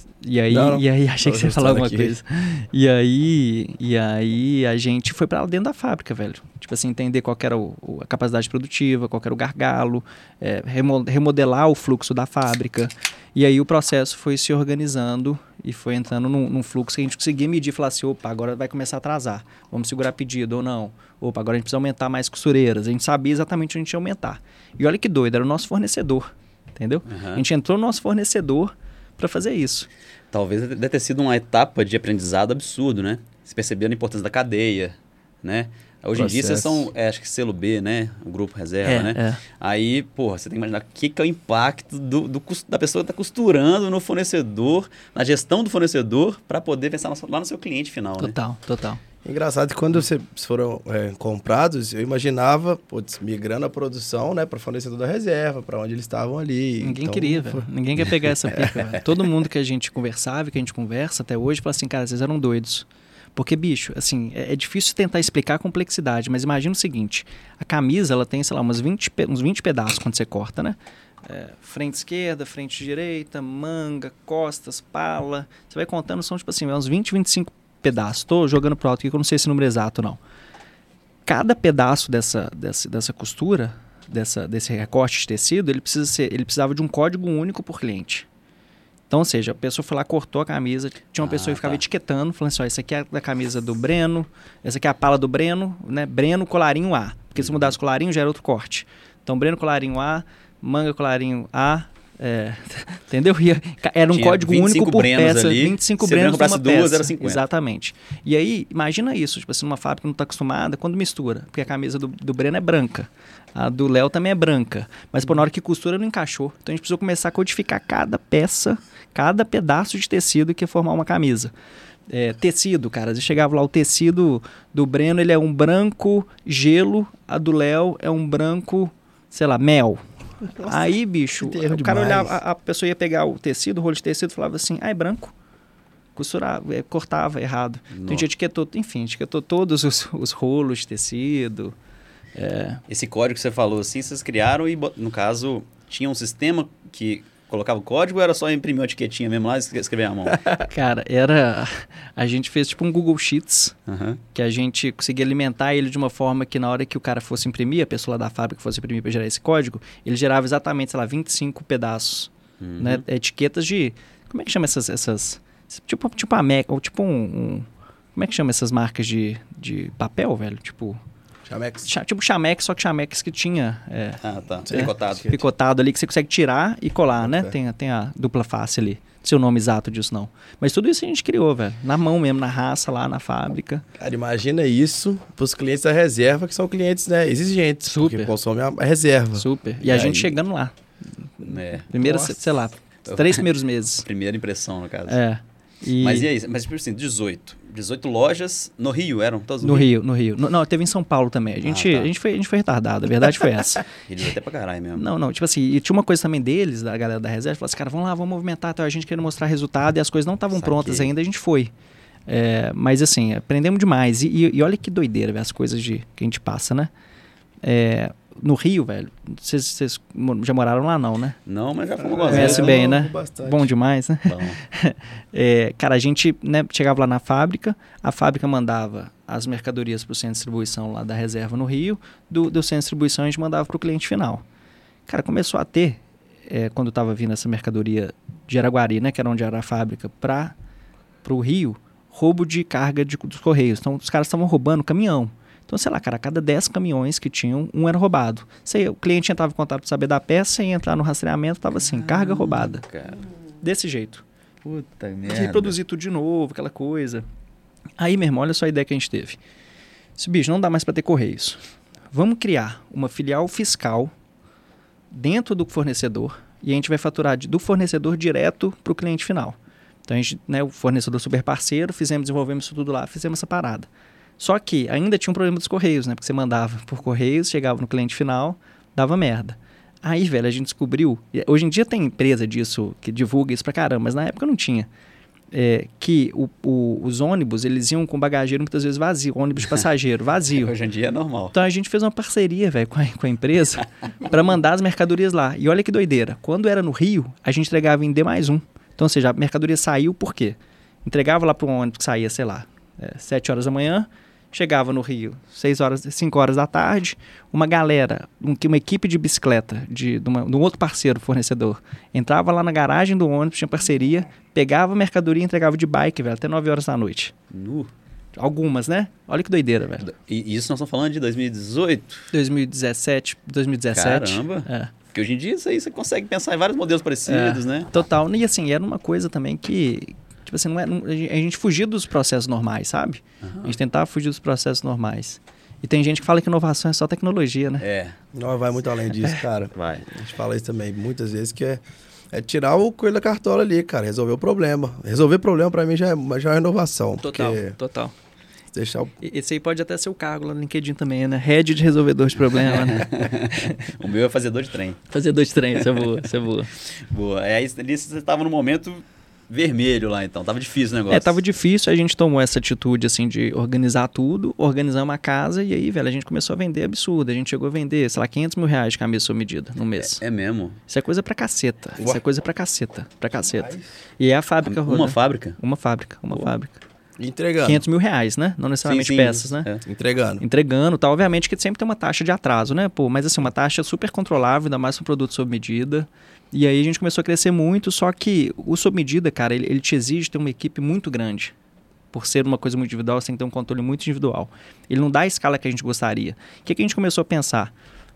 e aí, não, não. e aí achei que você ia falar alguma aqui. coisa. E aí, e aí a gente foi para dentro da fábrica, velho. Tipo assim, entender qual que era o, o, a capacidade produtiva, qual que era o gargalo, é, remodelar o fluxo da fábrica. E aí o processo foi se organizando e foi entrando num, num fluxo que a gente conseguia medir e falar assim, opa, agora vai começar a atrasar. Vamos segurar pedido ou não. Opa, agora a gente precisa aumentar mais costureiras. A gente sabia exatamente onde a gente ia aumentar. E olha que doido, era o nosso fornecedor, entendeu? Uhum. A gente entrou no nosso fornecedor para fazer isso. Talvez deve ter sido uma etapa de aprendizado absurdo, né? Você percebendo a importância da cadeia, né? Hoje Processo. em dia vocês são, é, acho que selo B, né? O grupo reserva, É, né? é. Aí, porra, você tem que imaginar o que, que é o impacto do, do, da pessoa que está costurando no fornecedor, na gestão do fornecedor, para poder pensar no, lá no seu cliente final, né? Total, total. Engraçado que quando vocês foram é, comprados, eu imaginava, putz, migrando a produção, né, para fornecedor da reserva, para onde eles estavam ali. Ninguém então, queria, foi... velho. Ninguém quer pegar essa pica, velho. Todo mundo que a gente conversava, que a gente conversa até hoje, fala assim, cara, vocês eram doidos. Porque, bicho, assim, é, é difícil tentar explicar a complexidade, mas imagina o seguinte, a camisa, ela tem, sei lá, umas vinte, uns vinte pedaços quando você corta, né? É, frente esquerda, frente direita, manga, costas, pala. Você vai contando, são tipo assim, uns vinte, vinte e cinco pedaços. Tô jogando pro alto aqui que eu não sei esse número exato, não. Cada pedaço dessa, dessa, dessa costura, dessa, desse recorte de tecido, ele, precisa ser, ele precisava de um código único por cliente. Então, ou seja, a pessoa foi lá, cortou a camisa, tinha uma Ah, pessoa que ficava tá. etiquetando, falando assim, ó, essa aqui é da camisa do Breno, essa aqui é a pala do Breno, né? Breno, colarinho A. Porque se mudasse o colarinho, já era outro corte. Então, Breno, colarinho A, manga, colarinho A, é, entendeu? Ia, era um Tinha código único por Brenos peça, ali, vinte e cinco se o Breno Brenos numa comprasse duas, peça. era cinquenta. Exatamente. E aí, imagina isso, tipo assim, numa fábrica que não está acostumada, quando mistura, porque a camisa do, do Breno é branca, a do Léo também é branca, mas por na hora que costura não encaixou. Então a gente precisou começar a codificar cada peça, cada pedaço de tecido que ia formar uma camisa. É, tecido, cara, você chegava lá, o tecido do Breno, ele é um branco gelo, a do Léo é um branco, sei lá, mel. Nossa, aí, bicho, que terror o cara demais. olhava, a, a pessoa ia pegar o tecido, o rolo de tecido, falava assim, ah, é branco. Costurava, é, cortava errado. Então a gente etiquetou, enfim, etiquetou todos os, os rolos de tecido. É. Esse código que você falou assim, vocês criaram e, no caso, tinha um sistema que colocava o código ou era só imprimir uma etiquetinha mesmo lá e escrever à mão? Cara, era... A gente fez tipo um Google Sheets, Uhum. que a gente conseguia alimentar ele de uma forma que na hora que o cara fosse imprimir, a pessoa lá da fábrica fosse imprimir para gerar esse código, ele gerava exatamente, sei lá, vinte e cinco pedaços, Uhum. né? Etiquetas de... Como é que chama essas... essas tipo, tipo a Meca, ou tipo um, um... Como é que chama essas marcas de, de papel, velho? Tipo... Chamex. Cha- tipo Chamex, só que Chamex que tinha... É, Ah, tá. É. Picotado. picotado ali, que você consegue tirar e colar, né? É. Tem, tem a dupla face ali. Não sei o nome exato disso, não. Mas tudo isso a gente criou, velho. Na mão mesmo, na raça, lá na fábrica. Cara, imagina isso pros clientes da reserva, que são clientes, né, exigentes. Super. Porque consomem a reserva. Super. E, E a aí? gente chegando lá. É. Primeiro, Nossa. sei lá, três primeiros meses. Primeira impressão, no caso. É. E Mas e aí? Mas, tipo assim, dezoito. dezoito lojas no Rio, eram todas no Rio, no Rio. No- não, teve em São Paulo também. A gente, Ah, tá. a gente, foi, a gente foi retardado, a verdade foi essa. Eles até pra caralho mesmo. Não, não, tipo assim, e tinha uma coisa também deles, da galera da reserva, falou assim, cara, vamos lá, vamos movimentar, tá? A gente querendo mostrar resultado e as coisas não estavam Saquei. prontas ainda, a gente foi. É, mas assim, aprendemos demais. E, e- e olha que doideira, velho, as coisas de, que a gente passa, né? É, no Rio, velho, vocês vocês mo- já moraram lá não, né? Não, mas já fomos Ah, algumas Conhece vezes. bem, eu né? amo bastante. Bom demais, né? Bom. É, cara, a gente, né, chegava lá na fábrica, a fábrica mandava as mercadorias para o centro de distribuição lá da reserva no Rio, do, do centro de distribuição a gente mandava para o cliente final. Cara, começou a ter, é, quando estava vindo essa mercadoria de Araguari, né, que era onde era a fábrica, para o Rio, roubo de carga de, dos Correios. Então, os caras estavam roubando caminhão. Então, sei lá, cara, a cada dez caminhões que tinham, um era roubado. Sei, o cliente entrava em contato para saber da peça e entrar no rastreamento, estava assim, carga roubada. Cara. Desse jeito. Puta Tinha que merda. reproduzir tudo de novo, aquela coisa. Aí, meu irmão, olha só a ideia que a gente teve. Esse bicho, não dá mais para ter Correios. Vamos criar uma filial fiscal dentro do fornecedor e a gente vai faturar de- do fornecedor direto para o cliente final. Então, a gente, né, o fornecedor super parceiro, fizemos, desenvolvemos isso tudo lá, fizemos essa parada. Só que ainda tinha um problema dos Correios, né? Porque você mandava por Correios, chegava no cliente final, dava merda. Aí, velho, a gente descobriu... e hoje em dia tem empresa disso que divulga isso pra caramba, mas na época não tinha. é, que o, o, os ônibus, eles iam com bagageiro muitas vezes vazio, ônibus de passageiro vazio. Hoje em dia é normal. Então a gente fez uma parceria, velho, com a, com a empresa para mandar as mercadorias lá. E olha que doideira, quando era no Rio, a gente entregava em D mais um. Então, ou seja, a mercadoria saiu por quê? Entregava lá para um ônibus que saía, sei lá, é, sete horas da manhã, chegava no Rio, seis horas, cinco horas da tarde, uma galera, um, uma equipe de bicicleta de, de, uma, de um outro parceiro fornecedor, entrava lá na garagem do ônibus, tinha parceria, pegava a mercadoria e entregava de bike, velho, até nove horas da noite. Nu. Algumas, né? Olha que doideira, velho. E isso nós estamos falando de dois mil e dezoito? dois mil e dezessete, dois mil e dezessete. Caramba. É. Porque hoje em dia isso aí você consegue pensar em vários modelos parecidos, é, né? Total. E assim, era uma coisa também que... Tipo assim, não é, não, a gente fugia dos processos normais, sabe? Uhum. A gente tentava fugir dos processos normais. E tem gente que fala que inovação é só tecnologia, né? É. Não, vai muito além disso, cara. Vai. A gente fala isso também muitas vezes, que é, é tirar o coelho da cartola ali, cara. Resolver o problema. Resolver problema, pra mim, já é, já é inovação. Total, total. Deixar o... Esse aí pode até ser o cargo lá no LinkedIn também, né? Head de resolvedor de problema, né? O meu é fazedor de trem. Fazedor de trem, isso é boa, isso é boa. Boa. É, aí você estava no momento... vermelho lá, então. Tava difícil o negócio. É, tava difícil. A gente tomou essa atitude, assim, de organizar tudo, organizar uma casa e aí, velho, a gente começou a vender absurdo. A gente chegou a vender, sei lá, quinhentos mil reais de camisa sob medida no mês. É, é mesmo? Isso é coisa pra caceta. Ué. Isso é coisa pra caceta. Pra caceta. E é a fábrica Uma roda. fábrica? Uma fábrica, uma Pô. fábrica. Entregando. quinhentos mil reais, né? Não necessariamente sim, sim, peças, né? É. Entregando. Entregando, tá? Obviamente que sempre tem uma taxa de atraso, né? Pô, mas assim, uma taxa super controlável, ainda mais para um produto sob medida. E aí a gente começou a crescer muito, só que o sob medida, cara, ele, ele te exige ter uma equipe muito grande. Por ser uma coisa muito individual, você tem que ter um controle muito individual. Ele não dá a escala que a gente gostaria. O que, que a gente começou a pensar?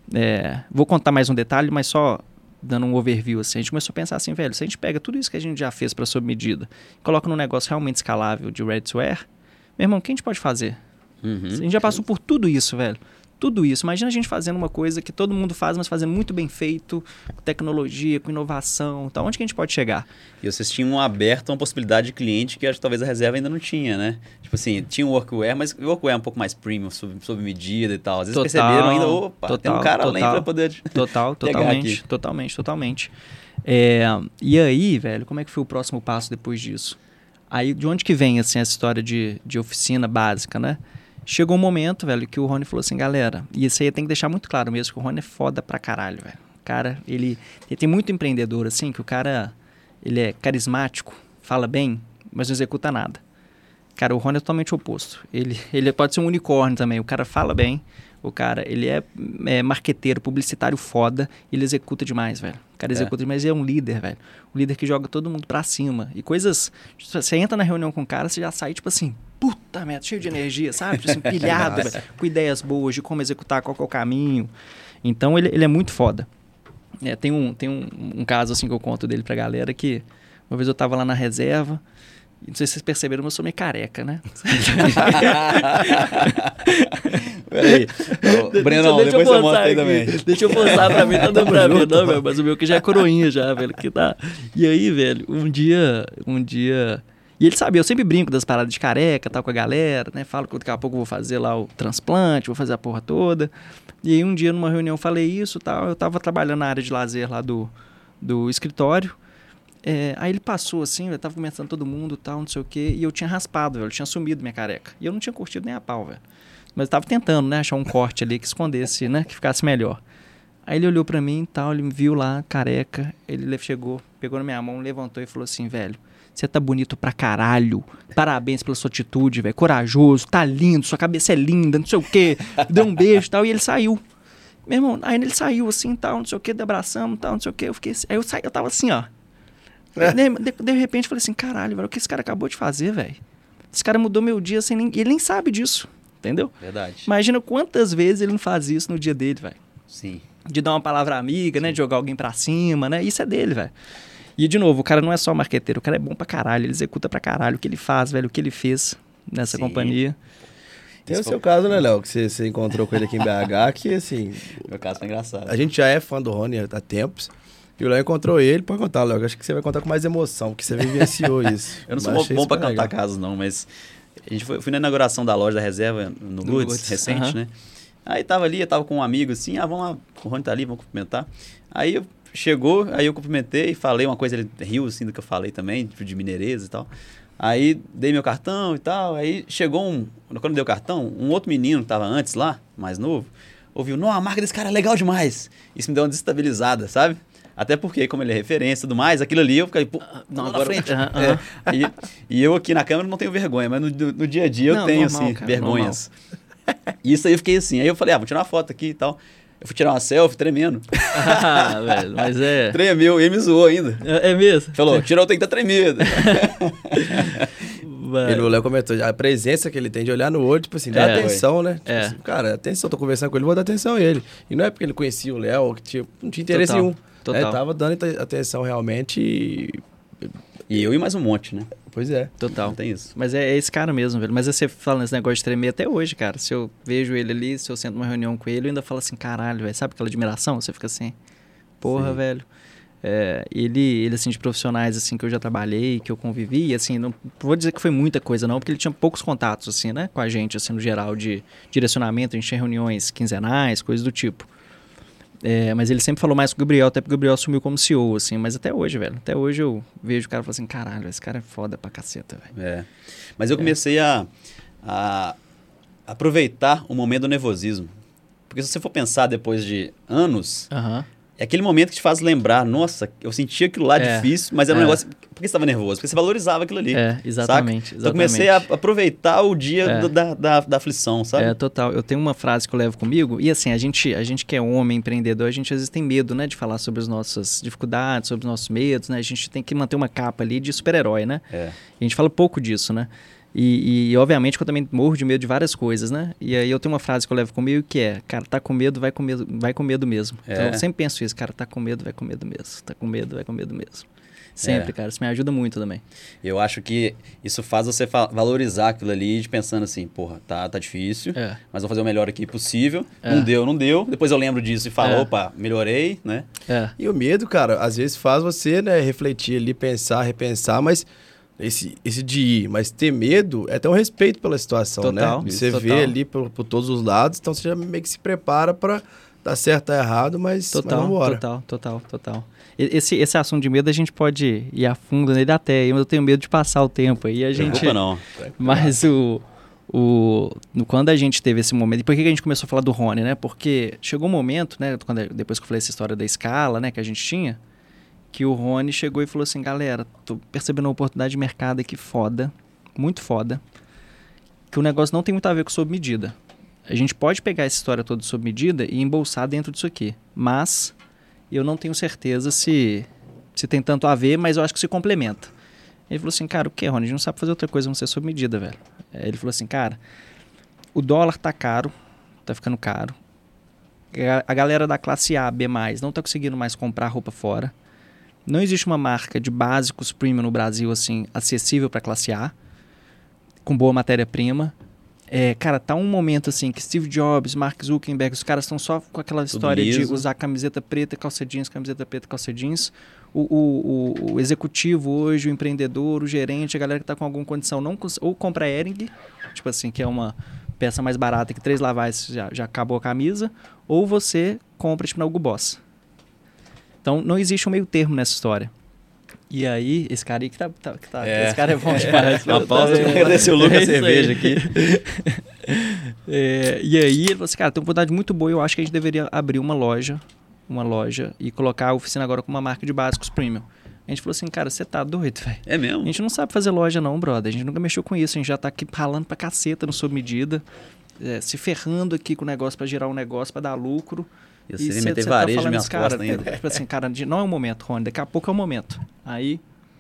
É, vou contar mais um detalhe, mas só dando um overview assim. A gente começou a pensar assim, velho, se a gente pega tudo isso que a gente já fez para sob medida, coloca num negócio realmente escalável de ready to wear, meu irmão, o que a gente pode fazer? Uhum. A gente já passou por tudo isso, velho. Tudo isso. Imagina a gente fazendo uma coisa que todo mundo faz, mas fazendo muito bem feito, com tecnologia, com inovação. Então, onde que a gente pode chegar? E vocês tinham aberto uma possibilidade de cliente que acho que talvez a reserva ainda não tinha, né? Tipo assim, tinha o workwear, mas o workwear é um pouco mais premium, sob, sob medida e tal. Às vezes Total, perceberam ainda, opa, total, tem um cara total, além para poder Total, pegar totalmente, aqui. totalmente, totalmente. É, e aí, velho, como é que foi o próximo passo depois disso? Aí, de onde que vem, assim, essa história de, de oficina básica, né? Chegou um momento, velho, que o Rony falou assim, galera, e isso aí tem que deixar muito claro mesmo, que o Rony é foda pra caralho, velho. O cara, ele, ele tem muito empreendedor, assim, que o cara, ele é carismático, fala bem, mas não executa nada. Cara, o Rony é totalmente o oposto. Ele, ele pode ser um unicórnio também, o cara fala bem, o cara, ele é, é marqueteiro, publicitário foda, ele executa demais, velho. O cara executa é. demais e é um líder, velho. Um líder que joga todo mundo pra cima. E coisas... Você entra na reunião com o cara, você já sai, tipo assim, puta merda, cheio de energia, sabe? Tipo assim, pilhado, velho, com ideias boas de como executar, qual que é o caminho. Então, ele, ele é muito foda. É, tem um, tem um, um caso, assim, que eu conto dele pra galera, que uma vez eu tava lá na reserva, não sei se vocês perceberam, mas eu sou meio careca, né? Peraí. Brenão, deixa, depois deixa você mostra aí também. Deixa eu postar pra mim, tá dando pra mim, não, meu, mas o meu que já é coroinha já, velho, que tá... E aí, velho, um dia, um dia... E ele sabia, eu sempre brinco das paradas de careca, tal, com a galera, né? Falo que daqui a pouco eu vou fazer lá o transplante, vou fazer a porra toda. E aí um dia, numa reunião, eu falei isso, tal, eu tava trabalhando na área de lazer lá do, do escritório. É, aí ele passou assim, eu tava conversando todo mundo, tal, não sei o quê, e eu tinha raspado, velho, eu tinha sumido minha careca. E eu não tinha curtido nem a pau, velho. Mas eu tava tentando, né, achar um corte ali que escondesse, né, que ficasse melhor. Aí ele olhou pra mim e tal, ele me viu lá, careca, ele chegou, pegou na minha mão, levantou e falou assim, velho, você tá bonito pra caralho, parabéns pela sua atitude, velho, corajoso, tá lindo, sua cabeça é linda, não sei o quê, deu um beijo e tal, e ele saiu. Meu irmão, aí ele saiu assim, tal, não sei o quê, abraçamos, tal, não sei o quê, eu fiquei assim, aí eu saí, eu tava assim, ó. É. De, de, de repente eu falei assim, caralho, velho, o que esse cara acabou de fazer, velho? Esse cara mudou meu dia sem nem... Ele nem sabe disso, entendeu? Verdade. Imagina quantas vezes ele não faz isso no dia dele, velho. Sim. De dar uma palavra amiga, Sim. né? De jogar alguém pra cima, né? Isso é dele, velho. E, de novo, o cara não é só marqueteiro, o cara é bom pra caralho, ele executa pra caralho o que ele faz, velho, o que ele fez nessa Sim. companhia. Tem o seu caso, né, Léo? Que você, você encontrou com ele aqui em B H, que, assim... Meu caso foi engraçado. A gente já é fã do Rony há tempos. E o Léo encontrou ele, pode contar, Léo. Acho que você vai contar com mais emoção, porque você vivenciou isso. Eu não sou bom, bom pra cantar legal. casos, não, mas... A gente foi, fui na inauguração da loja da reserva no Lourdes, recente, uh-huh. né? Aí tava ali, eu tava com um amigo assim, ah, vamos lá, o Rony tá ali, vamos cumprimentar. Aí eu, chegou, aí eu cumprimentei, falei uma coisa, ele riu assim do que eu falei também, de mineireza e tal. Aí dei meu cartão e tal, aí chegou um... Quando eu dei o cartão, um outro menino que tava antes lá, mais novo, ouviu, não, a marca desse cara é legal demais. Isso me deu uma desestabilizada, sabe? Até porque, como ele é referência e tudo mais, aquilo ali eu fiquei, pô, não, agora... na frente. Uh -huh. é, e, e eu aqui na câmera não tenho vergonha, mas no, no dia a dia eu não, tenho, normal, assim, cara, vergonhas. E isso aí eu fiquei assim, aí eu falei, ah, vou tirar uma foto aqui e tal. Eu fui tirar uma selfie tremendo. Ah, velho, mas é... Tremeu, e ele me zoou ainda. É, é mesmo? Falou, tirou, tem que estar tremido. Ele, o Léo comentou, a presença que ele tem de olhar no olho, tipo assim, dá é, atenção, foi. né? Tipo é. assim, cara, atenção, tô conversando com ele, vou dar atenção a ele. E não é porque ele conhecia o Léo, que tipo, não tinha interesse Total. nenhum. Total. Ele tava dando atenção realmente e... E eu e mais um monte, né? Pois é. Total. Não tem isso. Mas é, é esse cara mesmo, velho. Mas você falando esse negócio de tremer até hoje, cara. Se eu vejo ele ali, se eu sento numa reunião com ele, eu ainda falo assim, caralho, velho. Sabe aquela admiração? Você fica assim, porra, Sim. velho. É, ele, ele, assim, de profissionais, assim, que eu já trabalhei, que eu convivi, e, assim, não vou dizer que foi muita coisa, não, porque ele tinha poucos contatos, assim, né, com a gente, assim, no geral, de direcionamento. A gente tinha reuniões quinzenais, coisas do tipo. É, mas ele sempre falou mais com o Gabriel, até porque o Gabriel assumiu como C E O, assim, mas até hoje, velho, até hoje eu vejo o cara e falo assim, caralho, esse cara é foda pra caceta, velho. É, mas eu comecei é. a, a aproveitar o momento do nervosismo, porque se você for pensar depois de anos, uhum. é aquele momento que te faz lembrar, nossa, eu sentia aquilo lá é. difícil, mas era um é. negócio... Por que você estava nervoso? Porque você valorizava aquilo ali. É, exatamente. exatamente. Então eu comecei a aproveitar o dia é. do, da, da, da aflição, sabe? É, total. Eu tenho uma frase que eu levo comigo, e assim, a gente, a gente que é homem, empreendedor, a gente às vezes tem medo, né, de falar sobre as nossas dificuldades, sobre os nossos medos, né? A gente tem que manter uma capa ali de super-herói, né? É. A gente fala pouco disso, né? E, e, obviamente, que eu também morro de medo de várias coisas, né? E aí eu tenho uma frase que eu levo comigo que é, cara, tá com medo, vai com medo, vai com medo mesmo. É. Então eu sempre penso isso, cara, tá com medo, vai com medo mesmo. Tá com medo, vai com medo mesmo. Sempre, é. cara, isso me ajuda muito também. Eu acho que isso faz você valorizar aquilo ali, de pensando assim, porra, tá, tá difícil, é. mas vou fazer o melhor aqui possível. É. Não deu, não deu. Depois eu lembro disso e falo, é. opa, melhorei, né? É. E o medo, cara, às vezes faz você, né, refletir ali, pensar, repensar, mas... Esse, esse de ir, mas ter medo é ter um respeito pela situação, total, né? Você total. vê ali por, por todos os lados, então você já meio que se prepara para dar certo ou errado, mas, total, mas vambora. Total, total, total. Esse, esse assunto de medo a gente pode ir a fundo nele até, eu tenho medo de passar o tempo aí, a gente... Desculpa não. Mas o, o, quando a gente teve esse momento, e por que a gente começou a falar do Rony, né? Porque chegou um momento, né, quando, depois que eu falei essa história da escala, né, que a gente tinha, que o Rony chegou e falou assim, galera, tô percebendo uma oportunidade de mercado aqui foda, muito foda, que o negócio não tem muito a ver com sob medida. A gente pode pegar essa história toda sob medida e embolsar dentro disso aqui, mas eu não tenho certeza se, se tem tanto a ver, mas eu acho que se complementa. Ele falou assim, cara, o que, Rony? A gente não sabe fazer outra coisa, não ser sob medida, velho. Ele falou assim, cara, o dólar tá caro, tá ficando caro, a galera da classe A, B mais, não tá conseguindo mais comprar roupa fora. Não existe uma marca de básicos premium no Brasil, assim, acessível para classe A, com boa matéria-prima. É, cara, tá um momento, assim, que Steve Jobs, Mark Zuckerberg, os caras estão só com aquela Tudo história liso. de usar camiseta preta, calça jeans, camiseta preta, calça jeans. O, o, o, o executivo hoje, o empreendedor, o gerente, a galera que tá com alguma condição, não cons- ou compra Hering, tipo assim, que é uma peça mais barata, que três lavagens já, já acabou a camisa, ou você compra, tipo, na Hugo Boss. Então, não existe um meio termo nessa história. E aí, esse cara aí que tá... tá, que tá é. Esse cara é bom demais. Uma pausa pra agradecer o Lucas Cerveja aqui. É, e aí, ele falou assim, cara, tem uma oportunidade muito boa, eu acho que a gente deveria abrir uma loja, uma loja, e colocar a oficina agora com uma marca de básicos premium. A gente falou assim, cara, você tá doido, velho. É mesmo? A gente não sabe fazer loja não, brother. A gente nunca mexeu com isso. A gente já tá aqui ralando pra caceta no sob medida, é, se ferrando aqui com o negócio pra gerar um negócio, pra dar lucro. E você meter varejo nas minhas costas ainda. Tipo assim, cara, não é o momento, Rony, daqui a pouco é o momento. Aí,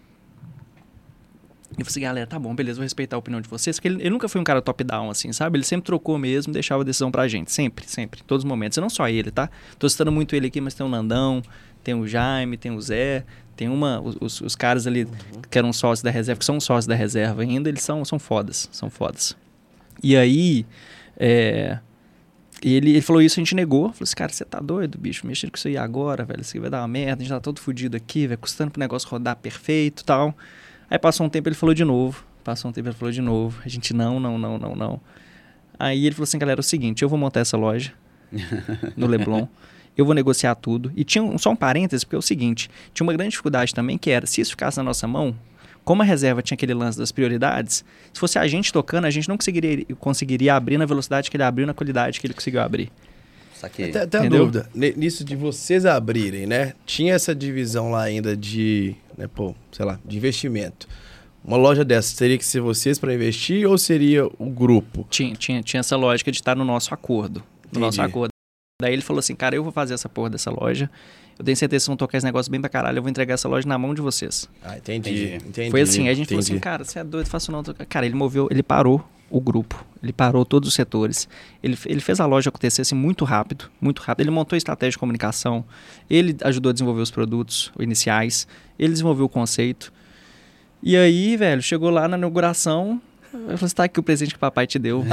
eu falei assim, galera, tá bom, beleza, vou respeitar a opinião de vocês, porque ele, ele nunca foi um cara top-down, assim, sabe? Ele sempre trocou mesmo, deixava a decisão pra gente, sempre, sempre, em todos os momentos. E não só ele, tá? Tô citando muito ele aqui, mas tem o Nandão, tem o Jaime, tem o Zé, tem uma... Os, os caras ali uhum. que eram sócios da reserva, que são sócios da reserva ainda, eles são, são fodas, são fodas. E aí, é... E ele, ele falou isso, a gente negou. Falou assim, cara, você tá doido, bicho? Mexendo com isso aí agora, velho. Isso aqui vai dar uma merda. A gente tá todo fudido aqui, velho. Custando pro negócio rodar perfeito e tal. Aí passou um tempo, ele falou de novo. Passou um tempo, ele falou de novo. A gente, não, não, não, não, não. Aí ele falou assim, galera, é o seguinte, eu vou montar essa loja no Leblon. Eu vou negociar tudo. E tinha um, só um parênteses, porque é o seguinte, tinha uma grande dificuldade também, que era, se isso ficasse na nossa mão, como a reserva tinha aquele lance das prioridades, se fosse a gente tocando, a gente não conseguiria, conseguiria abrir na velocidade que ele abriu, na qualidade que ele conseguiu abrir. Saquei. Até, até a dúvida, nisso de vocês abrirem, né? Tinha essa divisão lá ainda de, né, pô, sei lá, de investimento. Uma loja dessa, teria que ser vocês para investir ou seria o grupo? Tinha, tinha, tinha essa lógica de estar no nosso acordo. No Entendi. nosso acordo. Daí ele falou assim, cara, eu vou fazer essa porra dessa loja. Eu tenho certeza que vocês vão tocar esse negócio bem pra caralho. Eu vou entregar essa loja na mão de vocês. Ah, entendi. Entendi. entendi Foi assim, aí a gente entendi. falou assim, cara, você é doido, faço não. Cara, ele moveu, ele parou o grupo. Ele parou todos os setores. Ele, ele fez a loja acontecer assim, muito rápido, muito rápido. Ele montou a estratégia de comunicação. Ele ajudou a desenvolver os produtos iniciais. Ele desenvolveu o conceito. E aí, velho, chegou lá na inauguração... Eu falei, tá aqui o presente que o papai te deu.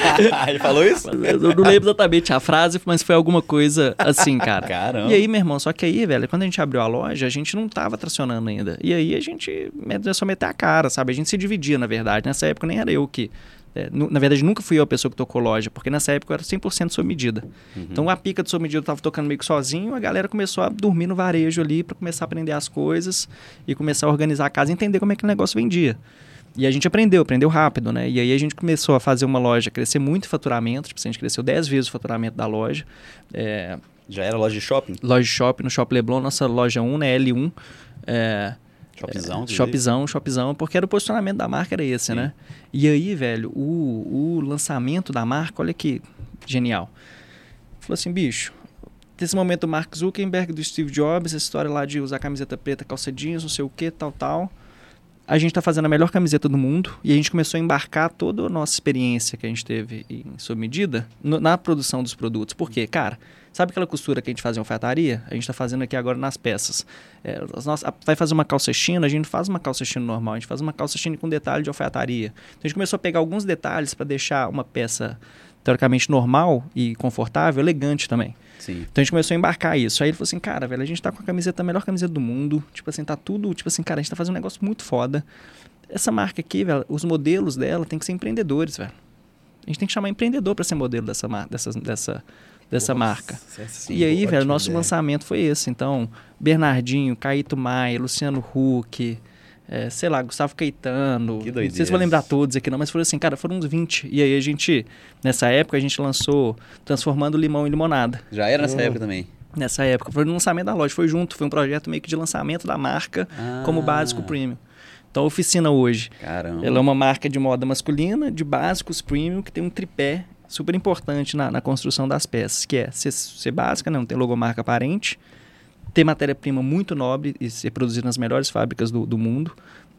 Ele falou isso? Eu não lembro exatamente a frase, mas foi alguma coisa assim, cara. Caramba. E aí, meu irmão, só que aí, velho, quando a gente abriu a loja, a gente não tava tracionando ainda. E aí a gente começou a meter a cara, sabe? A gente se dividia, na verdade. Nessa época nem era eu que... É, nu, na verdade, nunca fui eu a pessoa que tocou loja, porque nessa época eu era cem por cento sob medida. Uhum. Então a pica do sob medida eu tava tocando meio que sozinho, a galera começou a dormir no varejo ali pra começar a aprender as coisas e começar a organizar a casa e entender como é que o negócio vendia. E a gente aprendeu, aprendeu rápido, né? E aí a gente começou a fazer uma loja crescer muito o faturamento. Tipo, a gente cresceu dez vezes o faturamento da loja. É... Já era loja de shopping? Loja de shopping, no Shopping Leblon, nossa loja um, né? L um. É... Shopzão? É, shopzão, shopzão, porque era o posicionamento da marca, era esse, Sim. né? E aí, velho, o, o lançamento da marca, olha que genial. Falou assim, bicho, nesse momento o Mark Zuckerberg, do Steve Jobs, essa história lá de usar camiseta preta, calça jeans, não sei o que, tal, tal... A gente está fazendo a melhor camiseta do mundo e a gente começou a embarcar toda a nossa experiência que a gente teve em sob medida no, na produção dos produtos. Por quê? Cara, sabe aquela costura que a gente faz em alfaiataria? A gente está fazendo aqui agora nas peças. É, nós, vai fazer uma calça chino, a gente não faz uma calça chino normal, a gente faz uma calça chino com detalhe de alfaiataria. Então a gente começou a pegar alguns detalhes para deixar uma peça teoricamente normal e confortável, elegante também. Sim. Então a gente começou a embarcar isso. Aí ele falou assim, cara, velho, a gente tá com a camiseta, a melhor camiseta do mundo. Tipo assim, tá tudo, tipo assim, cara, a gente tá fazendo um negócio muito foda. Essa marca aqui, velho, os modelos dela tem que ser empreendedores, velho. A gente tem que chamar empreendedor para ser modelo dessa, dessa, dessa, dessa Nossa, marca. Sim, e aí, velho, nosso ideia. lançamento foi esse. Então, Bernardinho, Caíto Maia, Luciano Huck, é, sei lá, Gustavo Caetano. Que doideira. Não sei se vou lembrar todos aqui não, mas foram assim, cara, foram uns vinte. E aí a gente, nessa época, a gente lançou Transformando Limão em Limonada. Já era nessa hum. época também? Nessa época. Foi no lançamento da loja, foi junto. Foi um projeto meio que de lançamento da marca ah. como básico premium. Então a Oficina hoje, Caramba. ela é uma marca de moda masculina, de básicos premium, que tem um tripé super importante na, na construção das peças, que é ser, ser básica, não ter logomarca aparente, ter matéria-prima muito nobre e ser produzida nas melhores fábricas do, do mundo,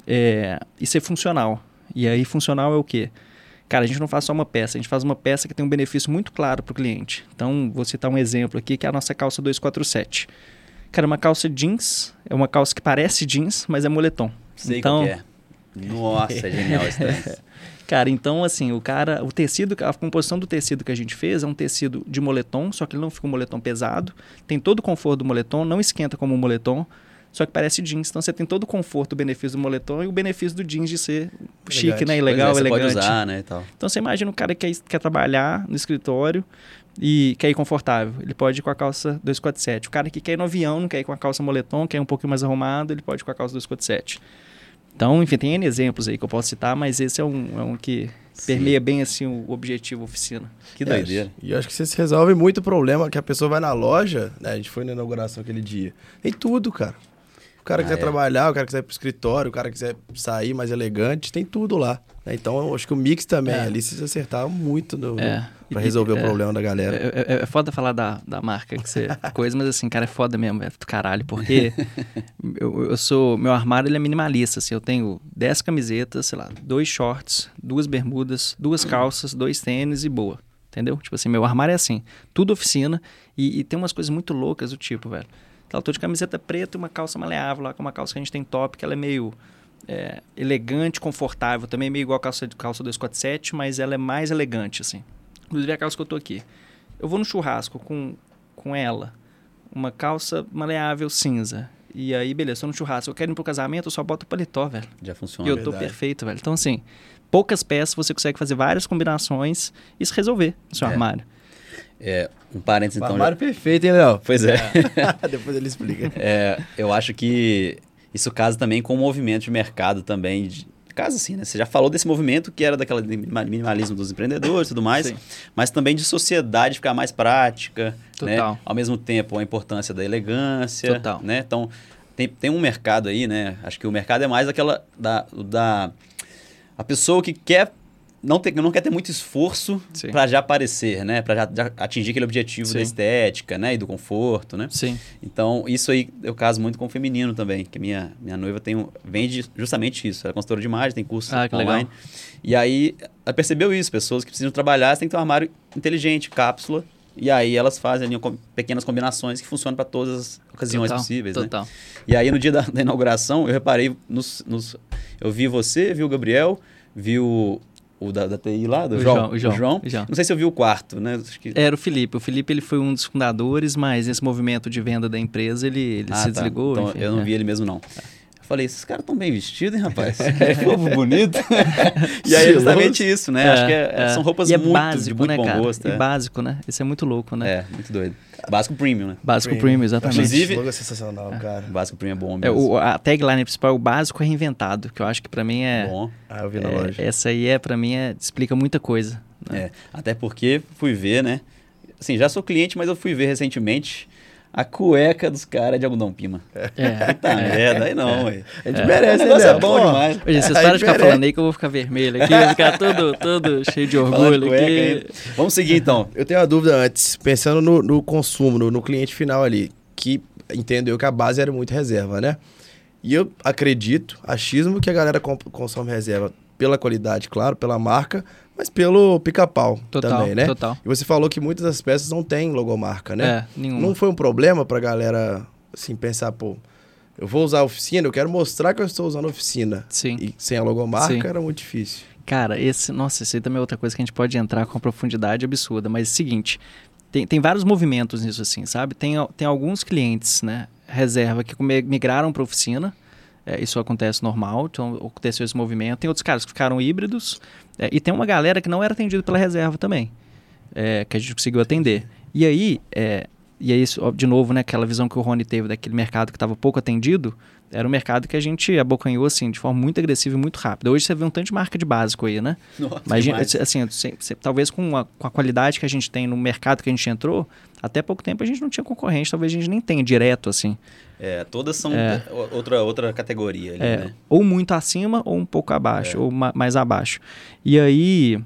é, e ser funcional. E aí funcional é o quê? Cara, a gente não faz só uma peça, a gente faz uma peça que tem um benefício muito claro para o cliente. Então, vou citar um exemplo aqui, que é a nossa calça duzentos e quarenta e sete. Cara, uma calça jeans, é uma calça que parece jeans, mas é moletom. Sei então, qual que é. Nossa, é genial esse trem. Cara, então assim, o cara, o tecido, a composição do tecido que a gente fez é um tecido de moletom, só que ele não fica um moletom pesado, tem todo o conforto do moletom, não esquenta como um moletom, só que parece jeans. Então você tem todo o conforto, o benefício do moletom e o benefício do jeans de ser chique, elegante. né? E legal, é, elegante. Você pode usar, né? E tal. Então você imagina o cara que quer, quer trabalhar no escritório e quer ir confortável. Ele pode ir com a calça duzentos e quarenta e sete. O cara que quer ir no avião, não quer ir com a calça moletom, quer ir um pouquinho mais arrumado, ele pode ir com a calça duzentos e quarenta e sete. Então, enfim, tem N exemplos aí que eu posso citar, mas esse é um, é um que Sim. permeia bem assim o objetivo oficina. Que doideira. É, e eu acho que vocês resolvem muito o problema que a pessoa vai na loja, né? A gente foi na inauguração aquele dia. Tem tudo, cara. O cara ah, quiser é. trabalhar, o cara quiser ir pro escritório, o cara quiser sair mais elegante, tem tudo lá. Né? Então, eu acho que o mix também é. ali, vocês acertaram muito no, é. pra resolver e, o é, problema da galera. É, é, é foda falar da, da marca, que você coisa, mas assim, cara, é foda mesmo, é do caralho, porque eu, eu sou, meu armário ele é minimalista, assim, eu tenho dez camisetas, sei lá, dois shorts, duas bermudas, duas calças, dois tênis e boa, entendeu? Tipo assim, meu armário é assim, tudo oficina e, e tem umas coisas muito loucas do tipo, velho. Eu tô de camiseta preta e uma calça maleável lá, com uma calça que a gente tem top, que ela é meio é, elegante, confortável, também meio igual a calça, calça duzentos e quarenta e sete, mas ela é mais elegante, assim. Inclusive a calça que eu tô aqui. Eu vou no churrasco com, com ela, uma calça maleável cinza, e aí, beleza, tô no churrasco, eu quero ir pro casamento, eu só boto o paletó, velho. Já funciona. E eu tô verdade. perfeito, velho. Então, assim, poucas peças você consegue fazer várias combinações e se resolver no seu é. armário. É, um parênteses, então... Armário já... perfeito, hein, Léo? Pois é. Depois ele explica. É, eu acho que isso casa também com o movimento de mercado também, de, casa assim, né? Você já falou desse movimento que era daquele minimalismo dos empreendedores e tudo mais, Sim. mas também de sociedade ficar mais prática, Total. né? Ao mesmo tempo a importância da elegância, Total. Né? Então, tem, tem um mercado aí, né? Acho que o mercado é mais aquela da, da a pessoa que quer não, ter, não quer ter muito esforço para já aparecer, né? Para já, já atingir aquele objetivo Sim. da estética, né? E do conforto, né? Sim. Então, isso aí eu caso muito com o feminino também, que minha, minha noiva tem um, vende justamente isso. Ela é consultora de imagem, tem curso ah, que online. Legal. E aí, ela percebeu isso. Pessoas que precisam trabalhar, você tem que ter um armário inteligente, cápsula. E aí, elas fazem ali, com, pequenas combinações que funcionam para todas as ocasiões total, possíveis, total. né? E aí, no dia da, da inauguração, eu reparei nos, nos... Eu vi você, vi o Gabriel, vi o... O da, da T I lá, do o João, João, o João, o João. O João. Não sei se eu vi o quarto, né? Acho que... Era o Felipe. O Felipe ele foi um dos fundadores, mas esse movimento de venda da empresa, ele, ele ah, se tá. desligou. Então, enfim, eu não é. vi ele mesmo, não. Eu falei, esses caras estão bem vestidos, hein, rapaz? Que povo bonito. E aí é justamente isso, né? É, Acho que é, é. são roupas e é muito, básico, de muito né, bom cara? gosto. E é. básico, né? Isso é muito louco, né? É, muito doido. Básico premium, né? Básico premium, premium exatamente. Inclusive, logo é sensacional, cara. Básico premium é bom mesmo. É, o, a tagline principal é o básico é reinventado, que eu acho que pra mim é... Bom. Ah, eu vi na é, loja. Essa aí é, pra mim, é, explica muita coisa. Né? É, até porque fui ver, né? Assim, já sou cliente, mas eu fui ver recentemente a cueca dos caras de algodão pima. É. Puta merda, aí não, ué. A gente É. merece, O negócio né? é bom Pô, demais. Gente, vocês Aí param de ficar merece. falando aí que eu vou ficar vermelho aqui, vou ficar todo, todo cheio de Falar de orgulho cueca aqui. ainda. Vamos seguir então. Eu tenho uma dúvida antes, pensando no, no consumo, no, no cliente final ali, que entendo eu que a base era muito reserva, né? E eu acredito, achismo, que a galera comp- consome reserva pela qualidade, claro, pela marca, mas pelo pica-pau Total, também, né? total. E você falou que muitas das peças não tem logomarca, né? É, nenhuma. Não foi um problema pra galera, assim, pensar, pô, eu vou usar a oficina, eu quero mostrar que eu estou usando a oficina. Sim. E sem a logomarca Sim. era muito difícil. Cara, esse, nossa, isso aí também é outra coisa que a gente pode entrar com uma profundidade absurda, mas é o seguinte, tem, tem vários movimentos nisso assim, sabe? Tem, tem alguns clientes, né, reserva que come- migraram para oficina, é, isso acontece normal, então aconteceu esse movimento. Tem outros caras que ficaram híbridos, é, e tem uma galera que não era atendida pela reserva também, é, que a gente conseguiu atender. E aí, é, e aí isso, ó, de novo, né, aquela visão que o Rony teve daquele mercado que estava pouco atendido, era um mercado que a gente abocanhou assim, de forma muito agressiva e muito rápida. Hoje você vê um tanto de marca de básico aí, né? Nossa, Mas demais. assim, cê, cê, talvez com a, com a qualidade que a gente tem no mercado que a gente entrou, até pouco tempo a gente não tinha concorrente, talvez a gente nem tenha direto assim. É, todas são É. outra, outra categoria ali, É, né? ou muito acima ou um pouco abaixo, É. ou ma- mais abaixo. E aí,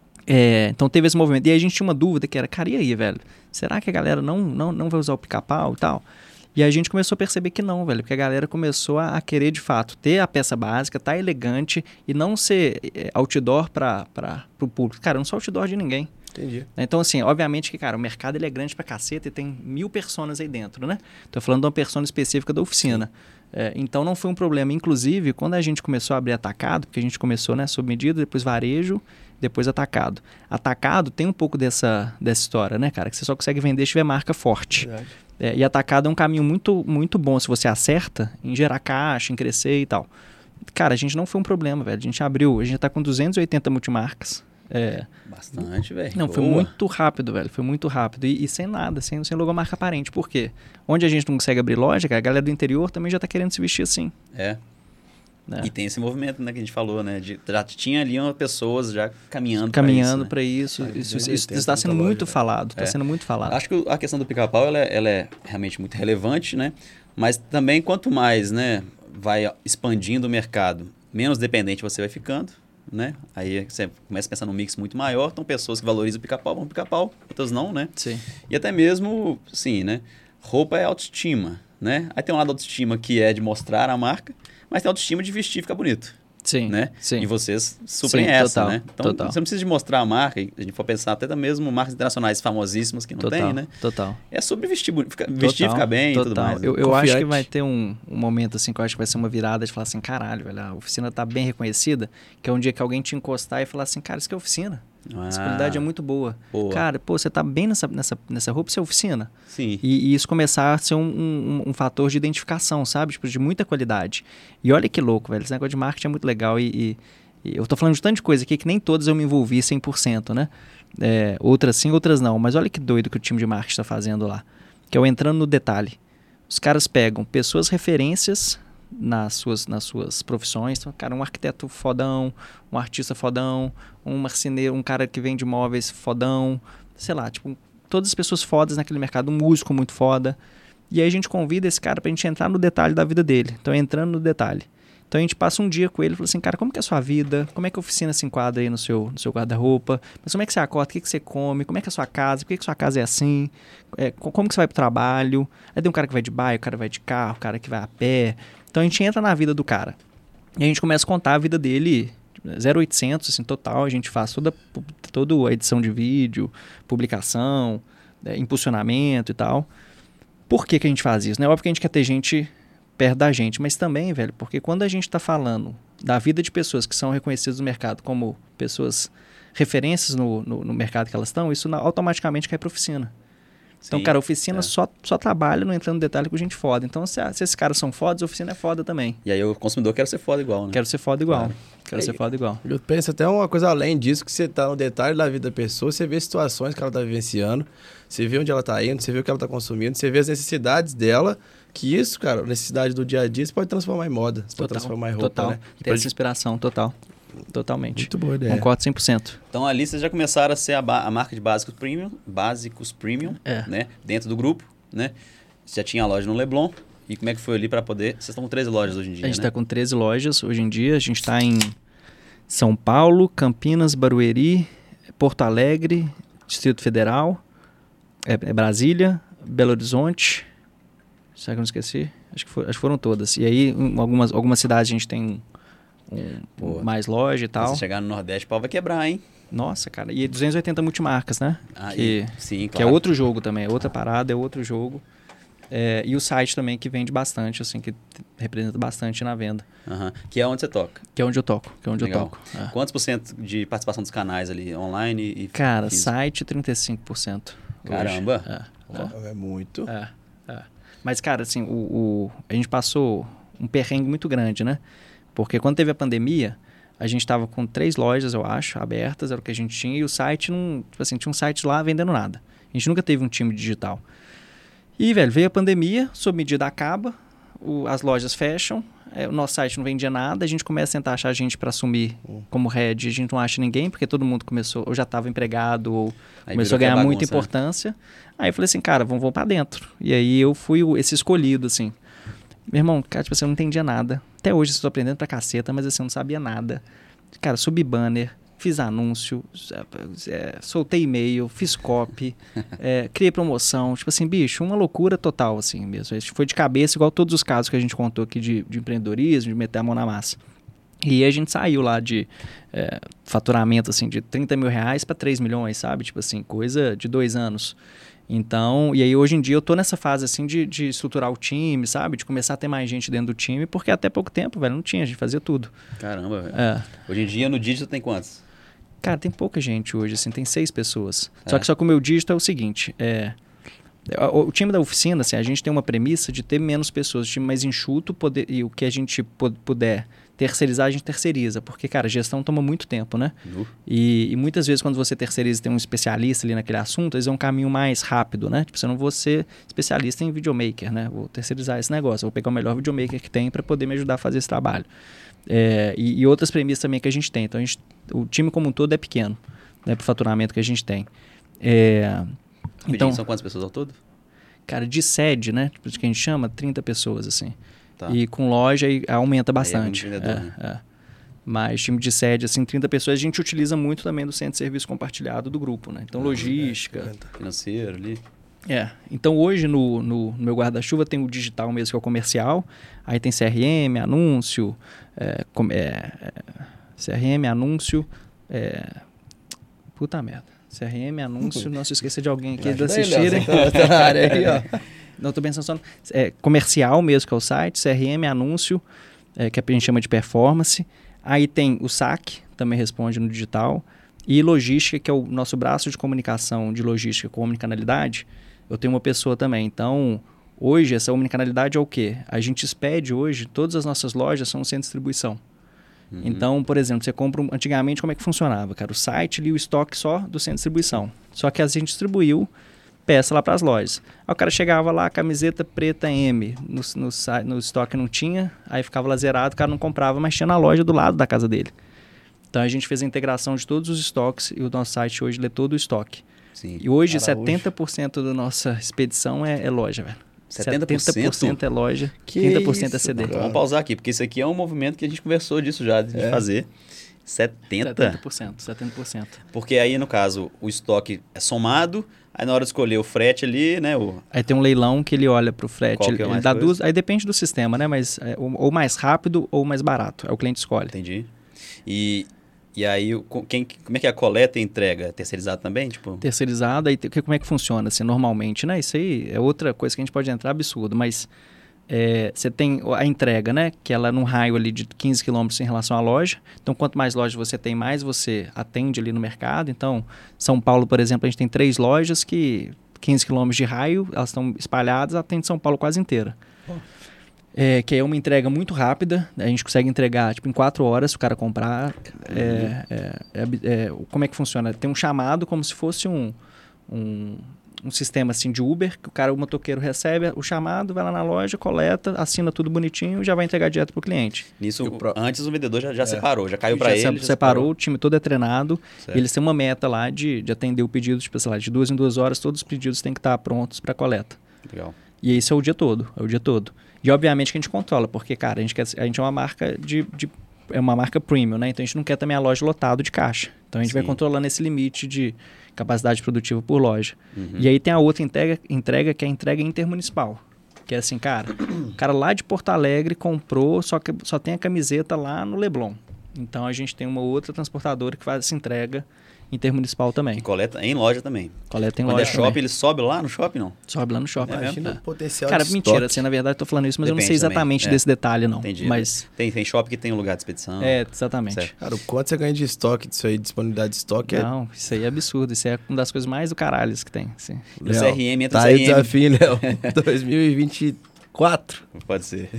é, então teve esse movimento. E aí a gente tinha uma dúvida que era, cara, e aí, velho? Será que a galera não, não, não vai usar o pica-pau e tal? E a gente começou a perceber que não, velho, porque a galera começou a, a querer, de fato, ter a peça básica, tá elegante e não ser é, outdoor para o público. Cara, eu não sou outdoor de ninguém. Entendi. Então, assim, obviamente que, cara, o mercado ele é grande pra caceta e tem mil personas aí dentro, né? Tô falando de uma persona específica da oficina. É, então, não foi um problema. Inclusive, quando a gente começou a abrir atacado, porque a gente começou, né, sob medida, depois varejo, depois atacado. Atacado tem um pouco dessa, dessa história, né, cara? Que você só consegue vender se tiver marca forte. Verdade. É, e atacado é um caminho muito, muito bom se você acerta em gerar caixa, em crescer e tal. Cara, a gente não foi um problema, velho. A gente abriu, a gente tá com duzentas e oitenta multimarcas. É, Bastante, velho. não, foi Boa. muito rápido, velho. Foi muito rápido. E, e sem nada, sem, sem logomarca aparente. Por quê? Onde a gente não consegue abrir loja, cara, a galera do interior também já tá querendo se vestir assim. É. Né? E tem esse movimento, né, que a gente falou, né? De, já tinha ali uma pessoas já caminhando Caminhando para para isso. Ah, Isso, duzentos e isso oitenta está sendo muita muito loja, falado. Está É. sendo muito falado. Acho que a questão do pica-pau, ela, é- ela é realmente muito relevante, né? Mas também, quanto mais, né, vai expandindo o mercado, menos dependente você vai ficando, né? Aí você começa a pensar num mix muito maior, então pessoas que valorizam o pica-pau vão pro pica-pau, outras não, né? Sim. E até mesmo, sim, né? Roupa é autoestima, né? Aí tem um lado autoestima que é de mostrar a marca, mas tem autoestima de vestir e ficar bonito. Sim. Né? Sim. E vocês suprem Sim, essa, total, né? Então, total. você não precisa de mostrar a marca, e a gente for pensar até mesmo marcas internacionais famosíssimas que não Total, tem, né? total. É sobre vestir, boni- ficar, vestir Total, ficar bem total. e tudo mais. né? Eu, eu acho que Confiante. vai ter um, um momento assim que eu acho que vai ser uma virada de falar assim, caralho, velho, a oficina tá bem reconhecida, que é um dia que alguém te encostar e falar assim, cara, isso que é oficina. Essa Ah, qualidade é muito boa. boa. Cara, pô, você tá bem nessa, nessa, nessa roupa, isso é oficina. Sim. E, e isso começar a ser um, um, um fator de identificação, sabe? Tipo, de muita qualidade. E olha que louco, velho. Esse negócio de marketing é muito legal. E, e, e eu tô falando de tanto de coisa aqui que nem todas eu me envolvi cem por cento, né? É, outras sim, outras não. Mas olha que doido que o time de marketing tá fazendo lá. Que é o entrando no detalhe. Os caras pegam pessoas referências nas suas, nas suas profissões. Então, cara, um arquiteto fodão, um artista fodão, um marceneiro, um cara que vende móveis fodão, sei lá, tipo, todas as pessoas fodas naquele mercado, um músico muito foda. E aí a gente convida esse cara pra gente entrar no detalhe da vida dele. Então, entrando no detalhe. Então a gente passa um dia com ele e fala assim, cara, como que é a sua vida? Como é que a oficina se enquadra aí no seu, no seu guarda-roupa? Mas como é que você acorda? O que, que você come? Como é que é a sua casa? Por que, que sua casa é assim? É, como que você vai pro trabalho? Aí tem um cara que vai de bike, o cara vai de carro, o cara que vai a pé. Então a gente entra na vida do cara. E a gente começa a contar a vida dele zero oitocentos, assim, total. A gente faz toda, toda a edição de vídeo, publicação, é, impulsionamento e tal. Por que que a gente faz isso? Né? Óbvio que a gente quer ter gente perto da gente, mas também, velho, porque quando a gente está falando da vida de pessoas que são reconhecidas no mercado como pessoas referências no, no, no mercado que elas estão, isso na, automaticamente cai para oficina. Então, Sim, cara, a oficina é. só, só trabalha não entrando no detalhe com gente foda. Então, se, se esses caras são fodas, a oficina é foda também. E aí o consumidor quer ser foda igual, né? Quero ser foda igual. Claro. Quero ser foda igual. Eu penso até uma coisa além disso, que você tá no detalhe da vida da pessoa, você vê situações que ela tá vivenciando, você vê onde ela tá indo, você vê o que ela tá consumindo, você vê as necessidades dela, que isso, cara, a necessidade do dia a dia, você pode transformar em moda, você pode transformar em roupa, total. né? Tem essa inspiração, total. Totalmente. Muito boa ideia. Concordo cem por cento. Então ali vocês já começaram a ser a, ba- a marca de básicos premium, básicos premium, É. né? Dentro do grupo, né? Você já tinha a loja no Leblon. E como é que foi ali para poder... Vocês estão com treze lojas hoje em dia, A gente né? está com treze lojas hoje em dia. A gente está em São Paulo, Campinas, Barueri, Porto Alegre, Distrito Federal, é, é Brasília, Belo Horizonte. Será que eu não esqueci? Acho que, for, acho que foram todas. E aí, em algumas, algumas cidades a gente tem um, Boa. mais loja e Se tal. você chegar no Nordeste, o pau vai quebrar, hein? Nossa, cara. E duzentas e oitenta multimarcas, né? Ah, que, e- sim, que é claro. outro jogo também. É outra parada, é outro jogo. É, e o site também que vende bastante, assim, que t- representa bastante na venda. Aham. Que é onde você toca. Que é onde eu toco. Que é onde Legal. eu toco. É. Quantos por cento de participação dos canais ali, online e Cara, físico? site trinta e cinco por cento. hoje. Caramba. É, é. É muito. É, é. Mas, cara, assim, o, o- a gente passou um perrengue muito grande, né? Porque quando teve a pandemia, a gente tava com três lojas, eu acho, abertas, era o que a gente tinha, e o site não... Tipo assim, tinha um site lá vendendo nada. A gente nunca teve um time digital. E, velho, veio a pandemia, sob medida acaba, o- as lojas fecham, é, o nosso site não vendia nada, a gente começa a tentar achar gente para assumir como head, a gente não acha ninguém, porque todo mundo começou, ou já estava empregado, ou Aí começou a virou ganhar aquela muita bagunça, né? importância. Aí eu falei assim, cara, vamos, vamos para dentro. E aí eu fui o- esse escolhido, assim. Meu irmão, cara, tipo assim, eu não entendia nada. Até hoje eu estou aprendendo pra caceta, mas assim, eu não sabia nada. Cara, subi banner, fiz anúncio, é, soltei e-mail, fiz copy, é, criei promoção. Tipo assim, bicho, uma loucura total, assim mesmo. Isso foi de cabeça, igual todos os casos que a gente contou aqui de, de empreendedorismo, de meter a mão na massa. E aí a gente saiu lá de é, faturamento, assim, de trinta mil reais para três milhões, sabe? Tipo assim, coisa de dois anos. Então, e aí hoje em dia eu tô nessa fase, assim, de, de estruturar o time, sabe? De começar a ter mais gente dentro do time, porque até pouco tempo, velho, não tinha, a gente fazia tudo. Caramba, velho. É. Hoje em dia, no digital tem quantos? Cara, tem pouca gente hoje, assim, tem seis pessoas. É. Só que só que o meu dígito é o seguinte, é... O, o time da oficina, assim, a gente tem uma premissa de ter menos pessoas, o time mais enxuto, poder, e o que a gente pu- puder terceirizar, a gente terceiriza. Porque, cara, gestão toma muito tempo, né? Nu. E, e muitas vezes quando você terceiriza e tem um especialista ali naquele assunto, eles é um caminho mais rápido, né? Tipo, você não vou ser especialista em videomaker, né? Vou terceirizar esse negócio, vou pegar o melhor videomaker que tem para poder me ajudar a fazer esse trabalho. É, e, e outras premissas também que a gente tem. Então, a gente, o time como um todo é pequeno, né? Pro faturamento que a gente tem. É, Rapidinho, então, são quantas pessoas ao todo? cara, de sede, né? Tipo, de que a gente chama, trinta pessoas, assim. Tá. E com loja aí aumenta Aí é bastante. muito vendedor, É, né? é. Mas time de sede, assim, trinta pessoas, a gente utiliza muito também do centro de serviço compartilhado do grupo, né? Então, logística. Financeiro ali. É. Então, hoje no, no, no meu guarda-chuva tem o digital mesmo, que é o comercial. Aí tem C R M, anúncio, é, com- é, é, C R M, anúncio, é, puta merda. C R M, anúncio, não se esqueça de alguém aqui de Ajuda aí, assistirem. Léo, você tá na área aí, ó. Não, tô pensando só no é, comercial mesmo, que é o site, C R M, anúncio, é, que a gente chama de performance. Aí tem o S A C, também responde no digital. E logística, que é o nosso braço de comunicação de logística com omnicanalidade. Eu tenho uma pessoa também. Então, hoje, essa omnicanalidade é o quê? A gente expede hoje, todas as nossas lojas são sem distribuição. Uhum. Então, por exemplo, você compra... Um, antigamente, como é que funcionava, cara? O site lia o estoque só do centro de distribuição. Só que a gente distribuiu peça lá para as lojas. Aí o cara chegava lá, camiseta preta M, no, no, no estoque não tinha, aí ficava lá zerado, o cara não comprava, mas tinha na loja do lado da casa dele. Então a gente fez a integração de todos os estoques e o nosso site hoje lê todo o estoque. Sim. E hoje Araújo. setenta por cento da nossa expedição é, é loja, velho. setenta por cento? setenta por cento é loja, Que trinta por cento é isso, C D. cara. Vamos pausar aqui, porque isso aqui é um movimento que a gente conversou disso já, de É. fazer. setenta? setenta por cento, setenta por cento. Porque aí, no caso, o estoque é somado, aí na hora de escolher o frete ali, né? O... Aí tem um leilão que ele olha pro frete, Qual que ele, é ele mais dá coisa? duas, aí depende do sistema, né? Mas é, ou, ou mais rápido ou mais barato, é o cliente escolhe. Entendi. E, e aí, o- co- quem, como é que é a coleta e entrega? É terceirizado também? Tipo, Terceirizado, aí tem- que- como é que funciona assim, normalmente, né? Isso aí é outra coisa que a gente pode entrar absurdo, mas é, você tem a entrega, né? Que ela é num raio ali de quinze quilômetros em relação à loja. Então, quanto mais lojas você tem, mais você atende ali no mercado. Então, São Paulo, por exemplo, a gente tem três lojas que quinze quilômetros de raio, elas estão espalhadas, atende São Paulo quase inteira. É, que é uma entrega muito rápida, a gente consegue entregar tipo, em quatro horas se o cara comprar. É, é, é, é, como é que funciona? Tem um chamado como se fosse um, um, um sistema assim, de Uber, que o cara, o motoqueiro recebe o chamado, vai lá na loja, coleta, assina tudo bonitinho e já vai entregar direto para o cliente. nisso, E o pro- antes o vendedor já, já separou, já caiu Já para se- ele. já separou, o time todo é treinado, Certo. e eles têm uma meta lá de, de atender o pedido, tipo, sei lá, de duas em duas horas, todos os pedidos têm que estar prontos para coleta. Legal. E isso é o dia todo, é o dia todo. E obviamente que a gente controla, porque, cara, a gente, quer, a gente é uma marca de, de é uma marca premium, né? Então a gente não quer também a loja lotada de caixa. Então a gente vai Sim. controlando esse limite de capacidade produtiva por loja. Uhum. E aí tem a outra entrega, entrega que é a entrega intermunicipal. Que é assim, cara, o cara lá de Porto Alegre comprou, só que só tem a camiseta lá no Leblon. Então a gente tem uma outra transportadora que faz essa entrega intermunicipal também. E coleta em loja também. Coleta em Quando loja é shopping, também. ele sobe lá no shopping, não? Sobe lá no shopping. É mesmo? Imagina É. o potencial Cara, de mentira, estoque. assim, na verdade eu tô falando isso, mas eu não Depende sei também, exatamente é. desse detalhe, não. Entendi. Mas, Tem, tem shopping que tem um lugar de expedição. é, exatamente. Certo. Cara, o quanto você ganha de estoque disso aí, disponibilidade de estoque é... Não, isso aí é absurdo. Isso é uma das coisas mais do caralho que tem. Assim. No C R M, entra Tá o aí C o R M. desafio, Léo. dois mil e vinte e quatro. Pode ser.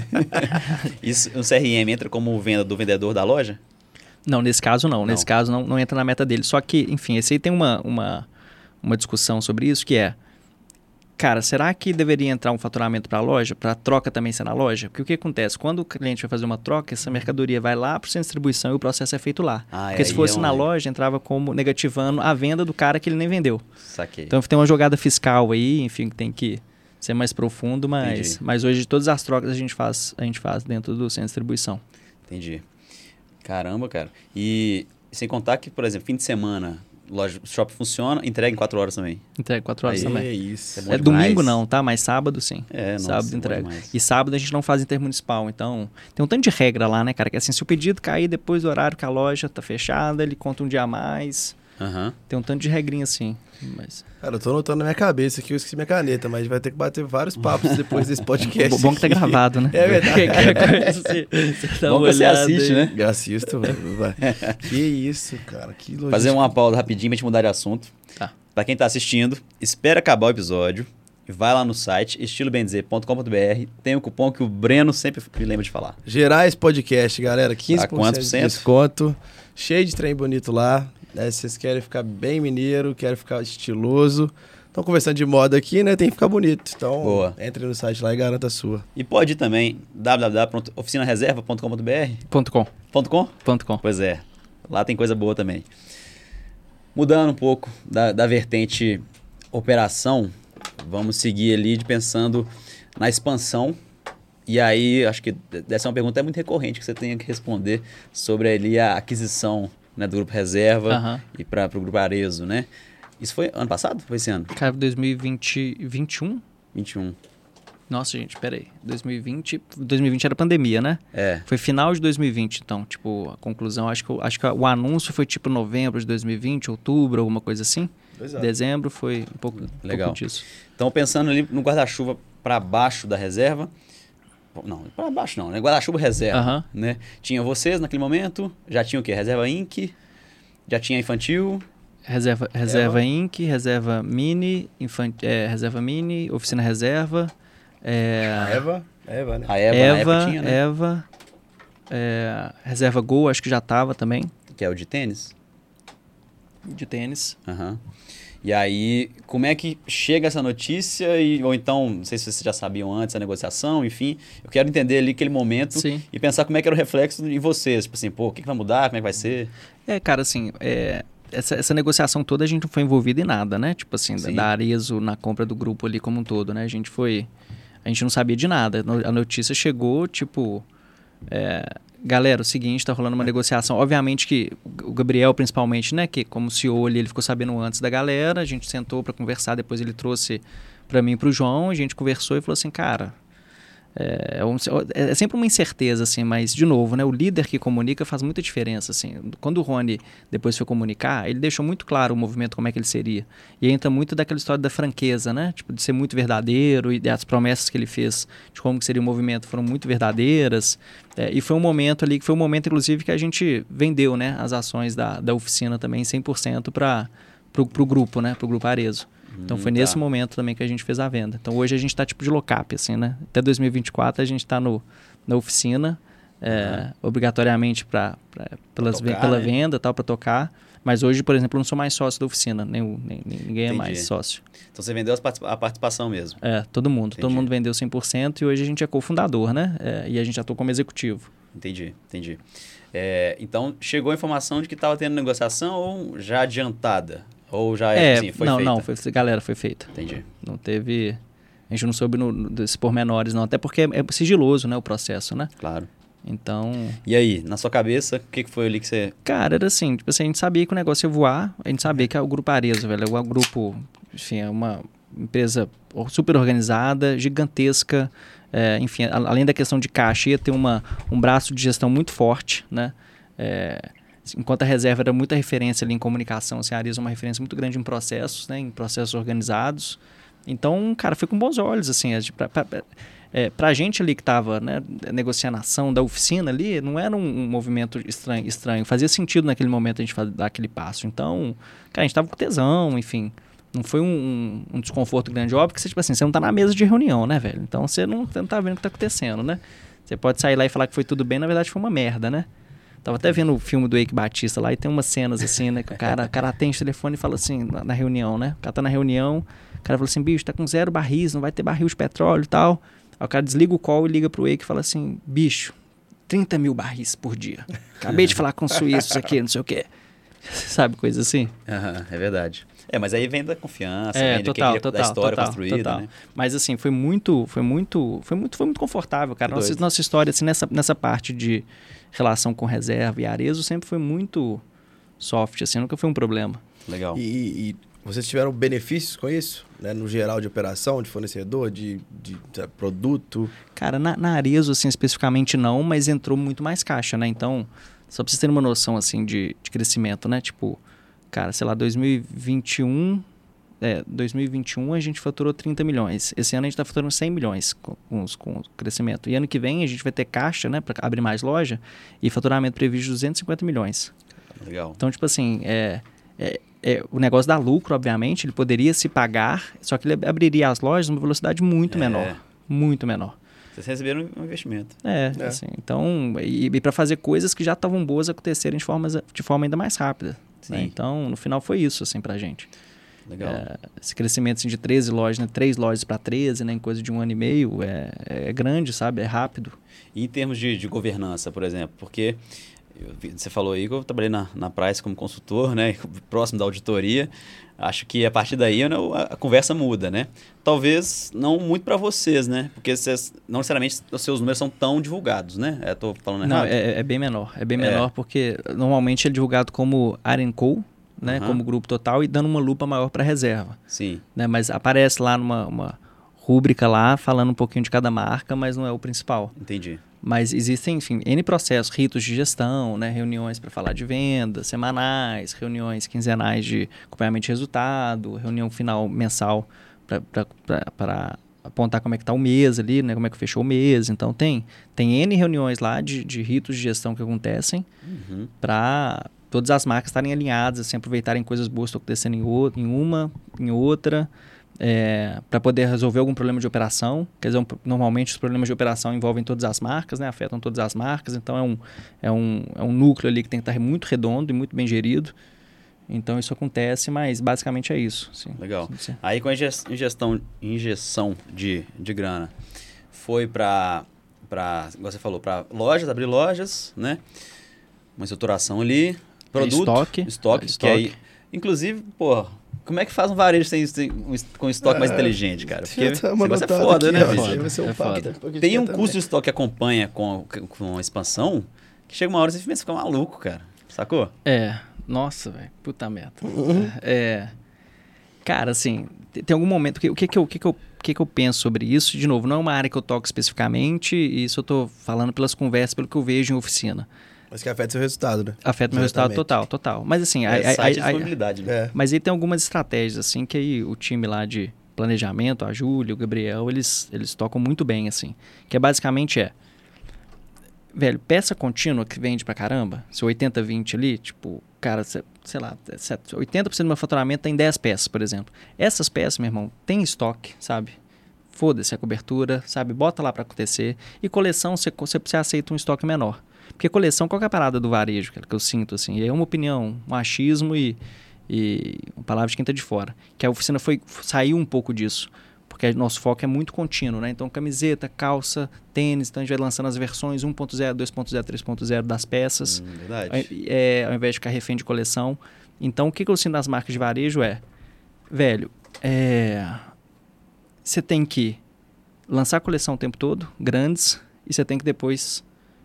Isso, o C R M entra como venda do vendedor da loja? Não, nesse caso não. Não. Nesse caso não, não entra na meta dele. Só que, enfim, esse aí tem uma, uma, uma discussão sobre isso que é, cara, será que deveria entrar um faturamento para a loja, para a troca também ser na loja? Porque o que acontece? Quando o cliente vai fazer uma troca, essa mercadoria vai lá para o centro de distribuição e o processo é feito lá. Ah, Porque é, se aí fosse é na onde- loja, entrava como negativando a venda do cara que ele nem vendeu. Saquei. Então tem uma jogada fiscal aí, enfim, que tem que ser mais profundo, mas, Entendi. mas hoje todas as trocas a gente faz, a gente faz dentro do centro de distribuição. Entendi. Caramba, cara. E sem contar que, por exemplo, fim de semana, loja, shopping funciona, entrega em quatro horas também. Entrega quatro horas Aí, também. É isso. É bom É demais. domingo não, tá? Mas sábado sim. É, nossa, sábado bom entrega. demais. E sábado a gente não faz intermunicipal, então tem um tanto de regra lá, né, cara? Que assim, se o pedido cair depois do horário que a loja tá fechada, ele conta um dia a mais. Aham. Tem um tanto de regrinha assim. Mas... Cara, eu tô anotando na minha cabeça aqui, eu esqueci minha caneta, mas vai ter que bater vários papos depois desse podcast. Bom, bom que tá aqui. gravado, né? É verdade. Qualquer coisa, você, você dá Bom uma que você olhada assiste, aí. né? Eu assisto, vai. Que isso, cara, que logística. Fazer uma pausa rapidinho pra gente mudar de assunto. Tá. Pra quem tá assistindo, espera acabar o episódio e vai lá no site estilo bem dizer ponto com ponto b r. Tem o cupom que o Breno sempre me lembra de falar. Gerais Podcast, galera, quinze por cento, Tá, quantos por cento? de desconto, cheio de trem bonito lá, né? Se vocês querem ficar bem mineiro, querem ficar estiloso, estão conversando de moda aqui, né? Tem que ficar bonito, então Boa. entre no site lá e garanta a sua. E pode ir também w w w ponto oficina reserva ponto com ponto b r. Ponto com. Ponto .com? Ponto com. Pois é, lá tem coisa boa também. Mudando um pouco da, da vertente operação, vamos seguir ali de pensando na expansão. E aí, acho que essa é uma pergunta muito recorrente que você tem que responder sobre ali a aquisição, né, do Grupo Reserva Aham. e para o Grupo Arezo, né? Isso foi ano passado? Foi esse ano? Cara, dois mil e vinte, vinte e um? vinte e um. Nossa, gente, peraí. dois mil e vinte... dois mil e vinte era pandemia, né? É. Foi final de dois mil e vinte, então, tipo, a conclusão, acho que, o- acho que o anúncio foi tipo novembro de dois mil e vinte, outubro, alguma coisa assim. Exato. Dezembro foi um pouco, um Legal. pouco disso. Então, pensando ali no guarda-chuva para baixo da reserva. Não, para baixo não, né? Guarda-chuva reserva. Aham. Né? Tinha vocês naquele momento, já tinha o quê? Reserva Inc, já tinha infantil. Reserva, reserva Inc, reserva Mini, infan- é, reserva Mini, oficina reserva, é, A Eva, Eva, né? A Eva, na Eva, época tinha, né? Eva, é, reserva Gol, acho que já tava também, Que é o de tênis. de tênis. Aham. E aí, como é que chega essa notícia? E, ou então, não sei se vocês já sabiam antes da negociação, enfim. Eu quero entender ali aquele momento Sim. e pensar como é que era o reflexo em vocês. Tipo assim, pô, o que, que vai mudar? Como é que vai ser? É, cara, assim, é, essa, essa negociação toda a gente não foi envolvido em nada, né? Tipo assim, da, da Arezzo na compra do grupo ali como um todo, né? A gente foi... A gente não sabia de nada. A notícia chegou, tipo... É, galera, o seguinte, tá rolando uma negociação. Obviamente que o Gabriel, principalmente, né? Que como C E O ali, ele ficou sabendo antes da galera. A gente sentou para conversar, depois ele trouxe para mim e pro João. A gente conversou e falou assim, cara... É, é sempre uma incerteza, assim, mas, de novo, né, o líder que comunica faz muita diferença, assim. Quando o Rony depois foi comunicar, ele deixou muito claro o movimento, como é que ele seria. E entra muito daquela história da franqueza, né? Tipo, de ser muito verdadeiro, e as promessas que ele fez de como que seria o movimento foram muito verdadeiras. É, e foi um momento ali, que foi um momento, inclusive, que a gente vendeu, né, as ações da, da oficina também cem por cento para pro, pro grupo, né, pro grupo Arezzo. Então foi hum, nesse tá. momento também que a gente fez a venda. Então hoje a gente está tipo de lock-up, assim, né? Até dois mil e vinte e quatro a gente está na oficina, é, uhum. obrigatoriamente pra, pra, pelas, tocar, pela né? venda, tal, para tocar. Mas hoje, por exemplo, eu não sou mais sócio da oficina, nem, nem, nem ninguém Entendi. é mais sócio. Então você vendeu a participação mesmo? É, todo mundo. Entendi. Todo mundo vendeu cem por cento e hoje a gente é cofundador, né? É, e a gente atua como executivo. Entendi, entendi. É, então chegou a informação de que estava tendo negociação ou já adiantada? Ou já é, é assim, foi não, feita? Não, foi, galera, foi feita. Entendi. Não teve... A gente não soube no, no, desses pormenores, não. Até porque é, é sigiloso, né, o processo, né? Claro. Então... E aí, na sua cabeça, o que, que foi ali que você... Cara, era assim, tipo assim, a gente sabia que o negócio ia voar, a gente sabia que é o Grupo Arezzo, velho. É um grupo, enfim, é uma empresa super organizada, gigantesca. É, enfim, a, além da questão de caixa, ia ter uma, um braço de gestão muito forte, né? É... Enquanto a reserva era muita referência ali em comunicação, assim, a Arezzo é uma referência muito grande em processos, né, em processos organizados. Então, cara, foi com bons olhos, assim, pra, pra, é, pra gente ali que estava, né, negociando a ação da oficina ali, não era um, um movimento estranho, estranho, fazia sentido naquele momento a gente fazer, dar aquele passo. Então, cara, a gente estava com tesão, enfim, não foi um, um, um desconforto grande, óbvio que você, tipo assim, você não tá na mesa de reunião, né, velho? Então, você não, você não tá vendo o que tá acontecendo, né? Você pode sair lá e falar que foi tudo bem, na verdade foi uma merda, né? Tava até vendo o filme do Eike Batista lá e tem umas cenas assim, né? Que o cara, o cara atende o telefone e fala assim, na, na reunião, né? O cara tá na reunião, o cara fala assim, bicho, tá com zero barris, não vai ter barril de petróleo e tal. Aí o cara desliga o call e liga pro Eike e fala assim, bicho, trinta mil barris por dia. Acabei de falar com os suíços aqui, não sei o quê. Sabe, coisa assim? Uhum, é verdade. É, mas aí vem da confiança, é, vem total, do que, total, da história total, construída, total. né? Mas assim, foi muito, foi muito, foi muito, foi muito confortável, cara. Nossa, nossa história, assim, nessa, nessa parte de relação com reserva e Arezzo sempre foi muito soft, assim, nunca foi um problema. Legal. E, e vocês tiveram benefícios com isso? Né? No geral de operação, de fornecedor, de, de, de produto? Cara, na, na Arezzo, assim, especificamente não, mas entrou muito mais caixa, né? Então, só pra vocês terem uma noção, assim, de, de crescimento, né? Tipo, cara, sei lá, dois mil e vinte e um... É, dois mil e vinte e um a gente faturou trinta milhões. Esse ano a gente está faturando cem milhões com, com, com o crescimento. E ano que vem a gente vai ter caixa, né, para abrir mais loja e faturamento previsto de duzentos e cinquenta milhões. Legal. Então, tipo assim, é, é, é, o negócio dá lucro, obviamente, ele poderia se pagar, só que ele abriria as lojas numa velocidade muito é. menor. Muito menor. Vocês receberam um investimento. É, é. assim, então, e, e para fazer coisas que já estavam boas acontecerem de forma, de forma ainda mais rápida. Né? Então, no final foi isso, assim, pra gente. Legal. É, esse crescimento assim, de treze lojas, né? três lojas para treze, né? Em coisa de um ano e meio, é, é grande, sabe? É rápido. E em termos de, de governança, por exemplo, porque eu, você falou aí que eu trabalhei na, na Price como consultor, né? Próximo da auditoria. Acho que a partir daí, né, a, a conversa muda, né? Talvez não muito para vocês, né? Porque vocês, não necessariamente os seus números são tão divulgados, né? Eu tô falando errado? Não, é, é bem menor. É bem é. menor porque normalmente ele é divulgado como R and Co, né, uhum. como grupo total e dando uma lupa maior para reserva. Sim. Né, mas aparece lá numa uma rúbrica lá, falando um pouquinho de cada marca, mas não é o principal. Entendi. Mas existem, enfim, N processos, ritos de gestão, né, reuniões para falar de venda, semanais, reuniões quinzenais de acompanhamento de resultado, reunião final mensal para apontar como é que está o mês ali, né, como é que fechou o mês. Então tem, tem N reuniões lá de, de ritos de gestão que acontecem uhum. para... todas as marcas estarem alinhadas, assim, aproveitarem coisas boas que estão acontecendo em, o, em uma, em outra, é, para poder resolver algum problema de operação. Quer dizer, um, normalmente os problemas de operação envolvem todas as marcas, né? Afetam todas as marcas, então é um, é, um, é um núcleo ali que tem que estar muito redondo e muito bem gerido. Então isso acontece, mas basicamente é isso. Assim. Legal. Sim. Aí com a ingestão, injeção de, de grana, foi para, igual você falou, para lojas, abrir lojas, né? Uma estruturação ali, produto, estoque, estoque, estoque. que aí, inclusive, pô, como é que faz um varejo sem, sem, com estoque é, mais inteligente, cara? Porque esse negócio é foda, aqui, né, ó, bicho? Vai ser um é foda. Tem um custo de estoque que acompanha com, com a expansão, que chega uma hora e você fica maluco, cara. Sacou? É, nossa, velho, puta merda. Uhum. É, cara, assim, tem, tem algum momento, que, o que que eu, que que eu, que que eu penso sobre isso? De novo, não é uma área que eu toco especificamente, e isso eu tô falando pelas conversas, pelo que eu vejo em oficina. Mas que afeta seu resultado, né? Afeta meu resultado total, total. Mas assim... É, a, a, site de a, disponibilidade, né? É. Mas aí tem algumas estratégias, assim, que aí o time lá de planejamento, a Júlia, o Gabriel, eles, eles tocam muito bem, assim. Que é basicamente é... Velho, peça contínua que vende pra caramba, se oitenta vinte ali, tipo, cara, sei lá, oitenta por cento do meu faturamento tem dez peças, por exemplo. Essas peças, meu irmão, tem estoque, sabe? Foda-se a cobertura, sabe? Bota lá pra acontecer. E coleção, você, você aceita um estoque menor. Porque coleção, qual que é a parada do varejo que eu sinto, assim? E é uma opinião, um achismo e, e uma palavra de quinta de fora. Que a oficina foi, saiu um pouco disso. Porque nosso foco é muito contínuo, né? Então, camiseta, calça, tênis. Então, a gente vai lançando as versões um ponto zero, dois ponto zero, três ponto zero das peças. Hum, verdade. É, ao invés de ficar refém de coleção. Então, o que, que eu sinto nas marcas de varejo é... Velho, é... Você tem que lançar coleção o tempo todo, grandes, e você tem que depois...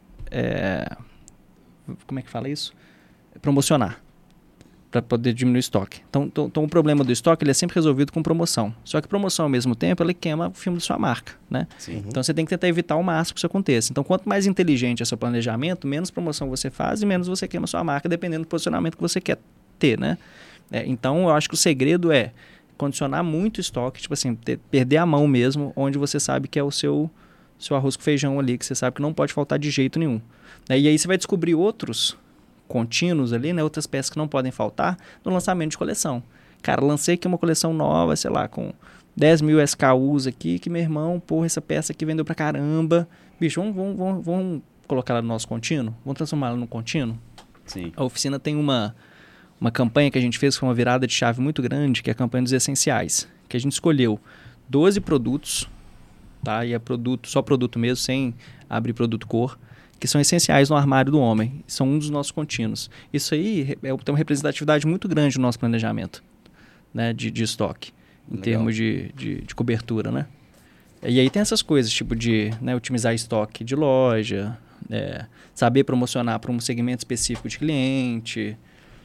É, como é que fala isso? Promocionar para poder diminuir o estoque. Então, então, então o problema do estoque ele é sempre resolvido com promoção. Só que promoção ao mesmo tempo ela queima o filme da sua marca, né? Sim. Então você tem que tentar evitar ao máximo que isso aconteça. Então quanto mais inteligente é seu planejamento, menos promoção você faz e menos você queima a sua marca, dependendo do posicionamento que você quer ter, né? É, então eu acho que o segredo é condicionar muito o estoque, tipo assim, ter, perder a mão mesmo, onde você sabe que é o seu seu arroz com feijão ali, que você sabe que não pode faltar de jeito nenhum. Né? E aí você vai descobrir outros contínuos ali, né? Outras peças que não podem faltar no lançamento de coleção. Cara, lancei aqui uma coleção nova, sei lá, com dez mil S K Us aqui, que meu irmão, porra, essa peça aqui vendeu pra caramba. Bicho, vamos, vamos, vamos, vamos colocar ela no nosso contínuo? Vamos transformar ela no contínuo? Sim. A oficina tem uma, uma campanha que a gente fez com uma virada de chave muito grande, que é a campanha dos essenciais, que a gente escolheu doze produtos, tá? E é produto, só produto mesmo, sem abrir produto cor, que são essenciais no armário do homem. São um dos nossos contínuos. Isso aí é, tem uma representatividade muito grande no nosso planejamento, né? de, de estoque, em Legal. termos de, de, de cobertura, né? E aí tem essas coisas, tipo de, né, otimizar estoque de loja, é, saber promocionar para um segmento específico de cliente,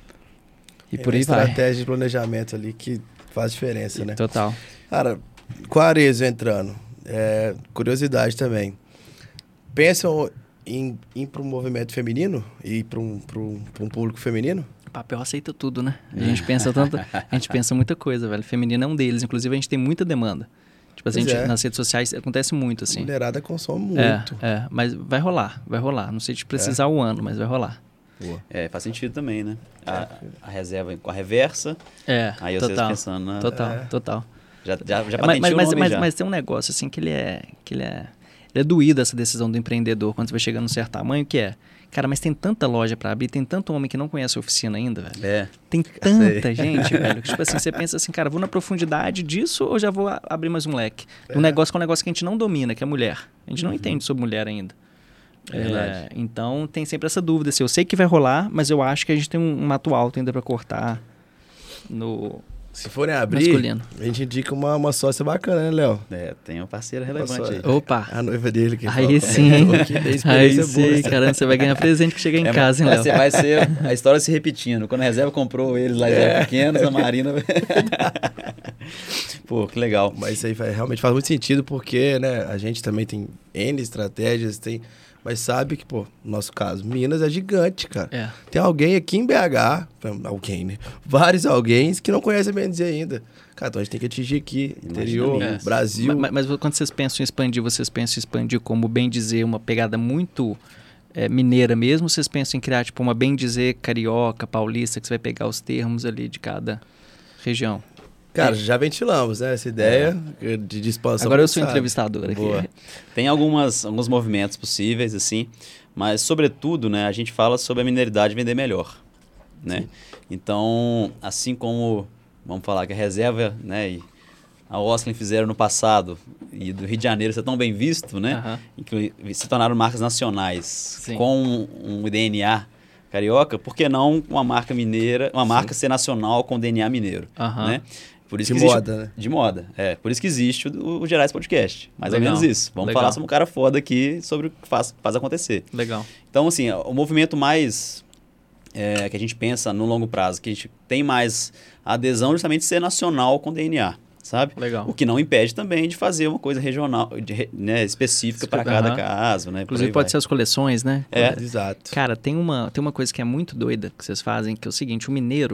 e por é aí vai. Estratégia de planejamento ali que faz diferença, né? Total. Cara, com a Arezzo entrando, é, curiosidade também. Pensam em ir para um movimento feminino? Ir para um, um, um público feminino? O papel aceita tudo, né? A gente pensa tanto, a gente pensa muita coisa, velho. Feminino é um deles. Inclusive, a gente tem muita demanda. Tipo, a gente, é. nas redes sociais acontece muito, assim. A mulherada consome muito. É, é, mas vai rolar, vai rolar. Não sei te precisar é. o ano, mas vai rolar. Boa. É, faz sentido também, né? A, a reserva com a reversa. É, aí total, vocês pensando na... Total, é. total. Já, já, já mas, mas, mas, mas, já. mas tem um negócio, assim, que ele é... Que ele é Ele é doído, essa decisão do empreendedor, quando você vai chegando num certo tamanho, que é... Cara, mas tem tanta loja pra abrir, tem tanto homem que não conhece a oficina ainda, velho. É. Tem tanta gente, velho, que tipo assim, você pensa assim, cara, vou na profundidade disso ou já vou a- abrir mais um leque? É. Um negócio que é um negócio que a gente não domina, que é mulher. A gente não uhum. entende sobre mulher ainda. É verdade. É, então, tem sempre essa dúvida, assim, eu sei que vai rolar, mas eu acho que a gente tem um, um mato alto ainda pra cortar no... Se forem abrir, masculino. A gente indica uma, uma sócia bacana, né, Léo? É, tem uma parceira relevante Nossa, aí. Opa! A noiva dele. Que aí fala, sim, aí sim, boa, caramba, você vai ganhar presente que chegar em é, casa, hein, vai Léo? ser, vai ser a história se repetindo. Quando a reserva comprou eles lá, eles eram pequenos, a Marina... Pô, que legal. Mas isso aí faz, realmente faz muito sentido, porque, né, a gente também tem N estratégias, tem... Mas sabe que, pô, no nosso caso, Minas é gigante, cara. É. Tem alguém aqui em B H, alguém, né? Vários alguém que não conhecem bem dizer ainda. Cara, então a gente tem que atingir aqui, interior, é. Brasil. Mas, mas quando vocês pensam em expandir, vocês pensam em expandir como, bem dizer, uma pegada muito é, mineira mesmo? Ou vocês pensam em criar, tipo, uma bem dizer carioca, paulista, que você vai pegar os termos ali de cada região? Cara, já ventilamos, né? Essa ideia é. de, de expansão. Agora eu sou entrevistador aqui. Boa. Tem algumas, alguns movimentos possíveis, assim, mas, sobretudo, né, a gente fala sobre a mineridade vender melhor. né? Então, assim como, vamos falar que a reserva, né, e a Osklen fizeram no passado, e do Rio de Janeiro ser tão bem visto, né? Uhum. Que se tornaram marcas nacionais, Sim. com um, um D N A carioca, por que não uma marca mineira, uma Sim. marca ser nacional com D N A mineiro, uhum. né? Por isso de que existe, moda, né? De moda, é. Por isso que existe o, o Gerais Podcast. Mais Legal. ou menos isso. Vamos Legal. falar sobre um cara foda aqui, sobre o que faz, faz acontecer. Legal. Então, assim, o movimento mais é, que a gente pensa no longo prazo, que a gente tem mais adesão justamente de ser nacional com D N A, sabe? Legal. O que não impede também de fazer uma coisa regional, de, né, específica para cada uhum. caso, né? Inclusive pode vai. ser as coleções, né? É, exato. Cara, tem uma, tem uma coisa que é muito doida que vocês fazem, que é o seguinte, o mineiro,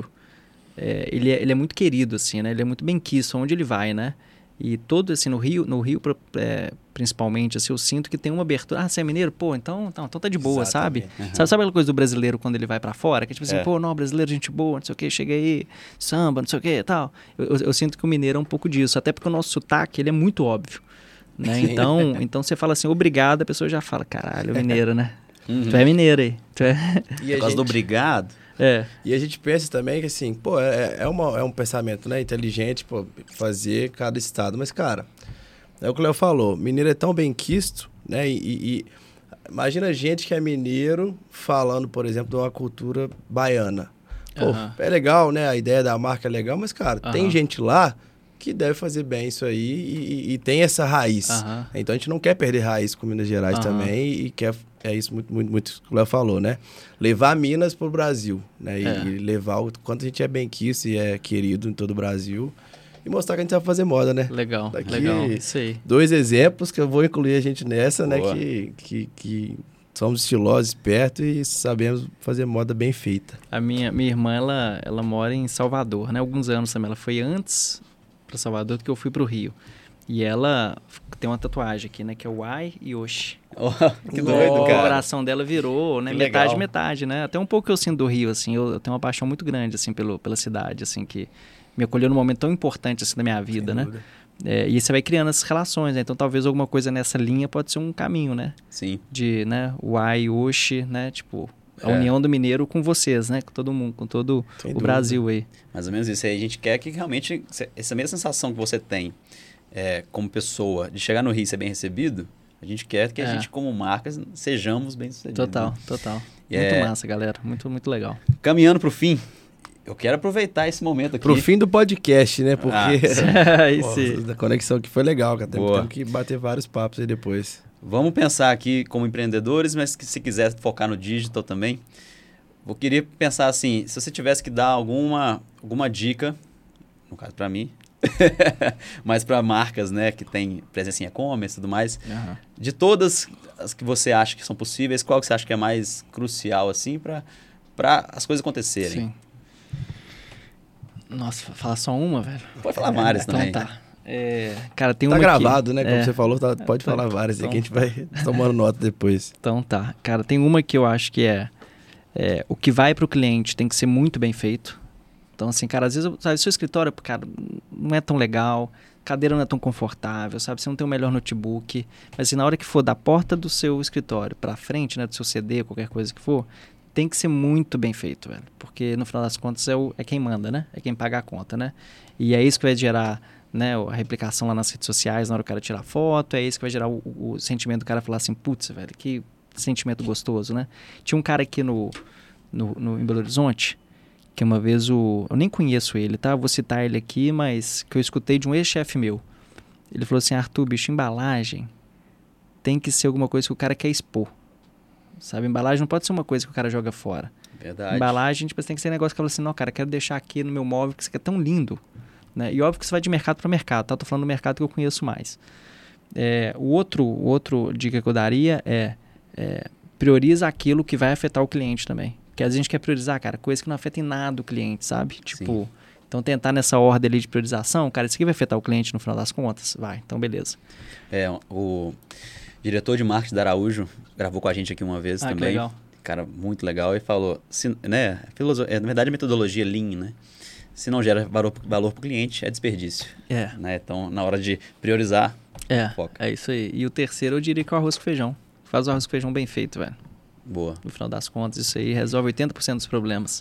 É, ele, é, ele é muito querido, assim, né? Ele é muito bem quisto onde ele vai, né? E todo, assim, no Rio, no Rio é, principalmente, assim, eu sinto que tem uma abertura. Ah, você é mineiro? Pô, então, então, então tá de boa, Exatamente. sabe? Uhum. sabe? Sabe aquela coisa do brasileiro quando ele vai pra fora? Que é tipo assim, é. pô, não, brasileiro, gente boa, não sei o que, chega aí, samba, não sei o que e tal. Eu, eu, eu sinto que o mineiro é um pouco disso, até porque o nosso sotaque, ele é muito óbvio, né? Então, então você fala assim, obrigado, a pessoa já fala, caralho, mineiro, né? Uhum. Tu é mineiro aí. Tu é... E por causa gente... do obrigado... É. E a gente pensa também que, assim, pô, é, é, uma, é um pensamento, né, inteligente, pô, fazer cada estado. Mas, cara, é o que o Léo falou, mineiro é tão bem quisto, né, e, e imagina gente que é mineiro falando, por exemplo, de uma cultura baiana. Pô, uh-huh. é legal, né, a ideia da marca é legal, mas, cara, uh-huh. tem gente lá que deve fazer bem isso aí e, e, e tem essa raiz. Uh-huh. Então, a gente não quer perder raiz com Minas Gerais uh-huh. também e quer... É isso muito, muito, muito que o Léo falou, né? Levar Minas para o Brasil, né? E, é. e levar o quanto a gente é bem quisto e é querido em todo o Brasil. E mostrar que a gente sabe fazer moda, né? Legal, Daqui, legal. Isso aí. Dois exemplos que eu vou incluir a gente nessa, Boa. né? Que, que, que somos estilosos, espertos e sabemos fazer moda bem feita. A minha, minha irmã, ela, ela mora em Salvador, né? Alguns anos também. Ela foi antes para Salvador do que eu fui para o Rio. E ela tem uma tatuagem aqui, né? Que é o Ai e Oxi. Oh, que doido, o cara. O coração dela virou, né? Que metade, legal. metade, né? Até um pouco que eu sinto do Rio, assim. Eu, eu tenho uma paixão muito grande, assim, pelo, pela cidade, assim, que me acolheu num momento tão importante, assim, da minha vida, Sem né? É, e você vai criando essas relações, né? Então, talvez alguma coisa nessa linha pode ser um caminho, né? Sim. De, né? O Ai, Oxi, né? Tipo... A É. união do mineiro com vocês, né? Com todo mundo, com todo Sem o dúvida. Brasil aí. Mais ou menos isso aí. A gente quer que realmente... Essa mesma sensação que você tem é, como pessoa de chegar no Rio e ser bem recebido, a gente quer que a É. gente, como marcas, sejamos bem-sucedidos. Total, né? total. E Muito é- massa, galera. Muito, muito legal. Caminhando para o fim, eu quero aproveitar esse momento aqui. Pro fim do podcast, né? Porque Ah, Aí Pô, sim. a conexão aqui foi legal, cara. Temos, Boa. temos que bater vários papos aí depois. Vamos pensar aqui como empreendedores, mas que se quiser focar no digital também, eu queria pensar assim, se você tivesse que dar alguma, alguma dica, no caso para mim, mas para marcas, né, que tem presença em e-commerce e tudo mais, Aham. de todas as que você acha que são possíveis, qual que você acha que é mais crucial assim para para as coisas acontecerem? Sim. Nossa, falar só uma, velho? Pode falar várias Então também. tá. É, cara, tem Tá uma gravado, aqui. né? Como É, você falou, tá- pode tá- falar várias aí então- que a gente vai tomando nota depois. Então tá. Cara, tem uma que eu acho que é, é o que vai pro cliente tem que ser muito bem feito. Então, assim, cara, às vezes, eu- sabe, seu escritório, cara, não é tão legal, cadeira não é tão confortável, sabe? Você não tem o melhor notebook. Mas, assim, na hora que for da porta do seu escritório pra frente, né, do seu C D, qualquer coisa que for, tem que ser muito bem feito, velho. Porque, no final das contas, é, o, é quem manda, né? É quem paga a conta, né? E é isso que vai gerar, né, a replicação lá nas redes sociais, na hora que o cara tirar foto, é isso que vai gerar o, o- o sentimento do cara falar assim, putz, velho, que sentimento gostoso, né? Tinha um cara aqui no, no, no- em Belo Horizonte, que uma vez o... Eu nem conheço ele, tá? Vou citar ele aqui, mas que eu escutei de um ex-chefe meu. Ele falou assim, Arthur, bicho, embalagem tem que ser alguma coisa que o cara quer expor. Sabe? Embalagem não pode ser uma coisa que o cara joga fora. Verdade. Embalagem, tipo, tem que ser um negócio que fala assim, não, cara, quero deixar aqui no meu móvel que isso aqui é tão lindo. Né? E óbvio que isso vai de mercado para mercado, tá? Tô falando do mercado que eu conheço mais. É, o outro, o outro dica que eu daria é, é prioriza aquilo que vai afetar o cliente também. Porque às vezes a gente quer priorizar, cara, coisa que não afeta em nada o cliente, sabe? Tipo, Sim. então tentar nessa ordem ali de priorização, cara, isso aqui vai afetar o cliente no final das contas? Vai, então beleza. É, o diretor de marketing da Araújo gravou com a gente aqui uma vez Ah, que também. legal. Cara, muito legal. E falou, se, né, filoso- é, na verdade, a metodologia Lean, né? Se não gera valor, valor para o cliente, é desperdício. É, Né? Então, na hora de priorizar, é, foca. é isso aí. E o terceiro eu diria que é o arroz com feijão. Faz o arroz com feijão bem feito, velho. Boa. No final das contas, isso aí resolve oitenta por cento dos problemas.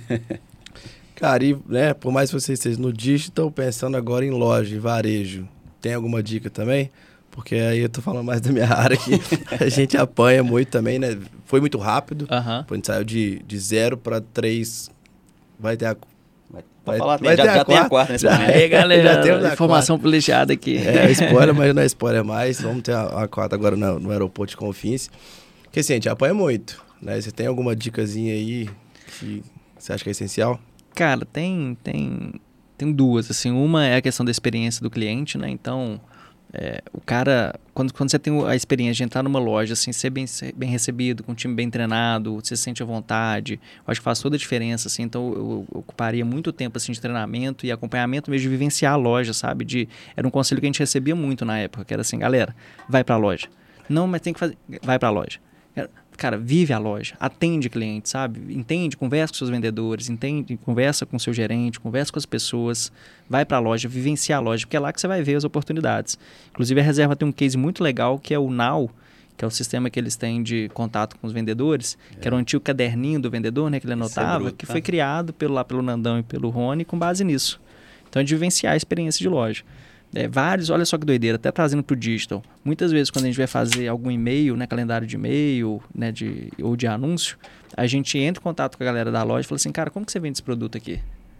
Cara, e né, por mais que você esteja no digital, pensando agora em loja e varejo, tem alguma dica também? Porque aí eu tô falando mais da minha área aqui. A gente apanha muito também, né? Foi muito rápido. Uhum. A gente saiu de, de zero para três. Vai ter a... Vai, Vai, falar, vai já, ter já a tem a quarta. quarta nesse Já, momento. Aí, galera, Já temos a informação privilegiada aqui. É, spoiler, mas não é spoiler mais. Vamos ter a, a quarta agora no, no aeroporto de Confins. Porque assim, a gente apanha muito, né? Você tem alguma dicasinha aí que você acha que é essencial? Cara, tem, tem, tem duas, assim. Uma é a questão da experiência do cliente, né? Então, é, o cara... Quando, quando você tem a experiência de entrar numa loja, assim, ser bem, ser bem recebido, com um time bem treinado, você se sente à vontade, eu acho que faz toda a diferença, assim. Então, eu, eu ocuparia muito tempo, assim, de treinamento e acompanhamento mesmo de vivenciar a loja, sabe? De, era um conselho que a gente recebia muito na época, que era assim, galera, vai pra loja. Não, mas tem que fazer... Vai pra loja. Cara, vive a loja, atende cliente, sabe? Entende, conversa com seus vendedores, entende, conversa com seu gerente, conversa com as pessoas, vai para a loja, vivencia a loja, porque é lá que você vai ver as oportunidades. Inclusive, a reserva tem um case muito legal, que é o Now, que é o sistema que eles têm de contato com os vendedores, é. que era o antigo caderninho do vendedor, né, que ele anotava, é bruto, que tá? Foi criado pelo, lá pelo Nandão e pelo Rony com base nisso. Então, é de vivenciar a experiência de loja. É, vários, olha só que doideira, até trazendo para o digital. Muitas vezes, quando a gente vai fazer algum e-mail, né, calendário de e-mail, né, de, ou de anúncio, a gente entra em contato com a galera da loja e fala assim, cara, como que você vende esse produto aqui?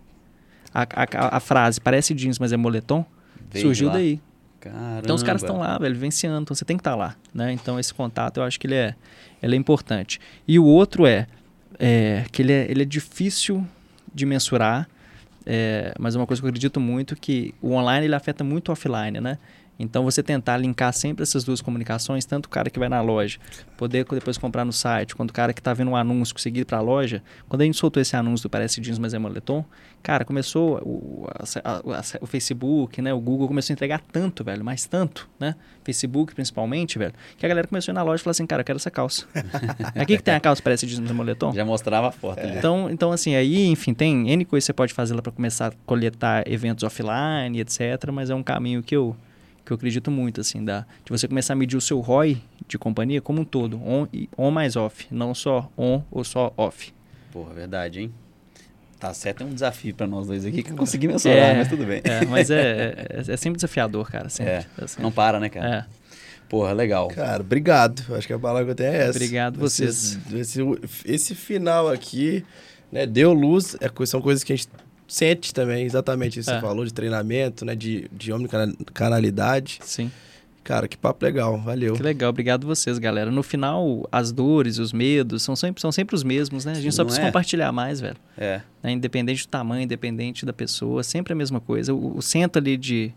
A, a, a frase, parece jeans, mas é moletom, Veio surgiu daí. Caramba. Então, os caras estão lá, velho, vivenciando, então você tem que estar lá, né? Então, esse contato, eu acho que ele é, ele é importante. E o outro é, é que ele é, ele é difícil de mensurar, É, mas é uma coisa que eu acredito muito, que o online ele afeta muito o offline, né? Então, você tentar linkar sempre essas duas comunicações, tanto o cara que vai na loja, poder depois comprar no site, quanto o cara que está vendo um anúncio, conseguir ir para a loja. Quando a gente soltou esse anúncio do Parece Jeans, mas é moletom, cara, começou o, a, a, o Facebook, né? O Google começou a entregar tanto, velho, mas tanto, né? Facebook, principalmente, velho, que a galera começou a ir na loja e falou assim, cara, eu quero essa calça. Aqui que tem a calça Parece Jeans, mas é moletom? Já mostrava a foto ali. Então, então, assim, aí, enfim, tem N coisas que você pode fazer lá para começar a coletar eventos offline, etcétera, mas é um caminho que eu... que eu acredito muito, assim, da, de você começar a medir o seu R O I de companhia como um todo, on, on mais off, não só on ou só off. Porra, verdade, hein? Tá certo, é um desafio para nós dois aqui que eu consegui mensurar, é, mas tudo bem. É, mas é, é, é sempre desafiador, cara, sempre. É, assim. não para, né, cara? É. Porra, legal. Cara, obrigado. Acho que a palavra que eu tenho é essa. Obrigado vocês. Esse, esse, esse final aqui, né, deu luz, é, são coisas que a gente sente também, exatamente isso que é. você falou, de treinamento, né, de, de omnicanalidade. Sim. Cara, que papo legal, valeu. Que legal, obrigado vocês, galera. No final, as dores, os medos, são sempre, são sempre os mesmos, né? A gente só Não precisa é? compartilhar mais, velho. É. Né? Independente do tamanho, independente da pessoa, sempre a mesma coisa. O, o centro ali de...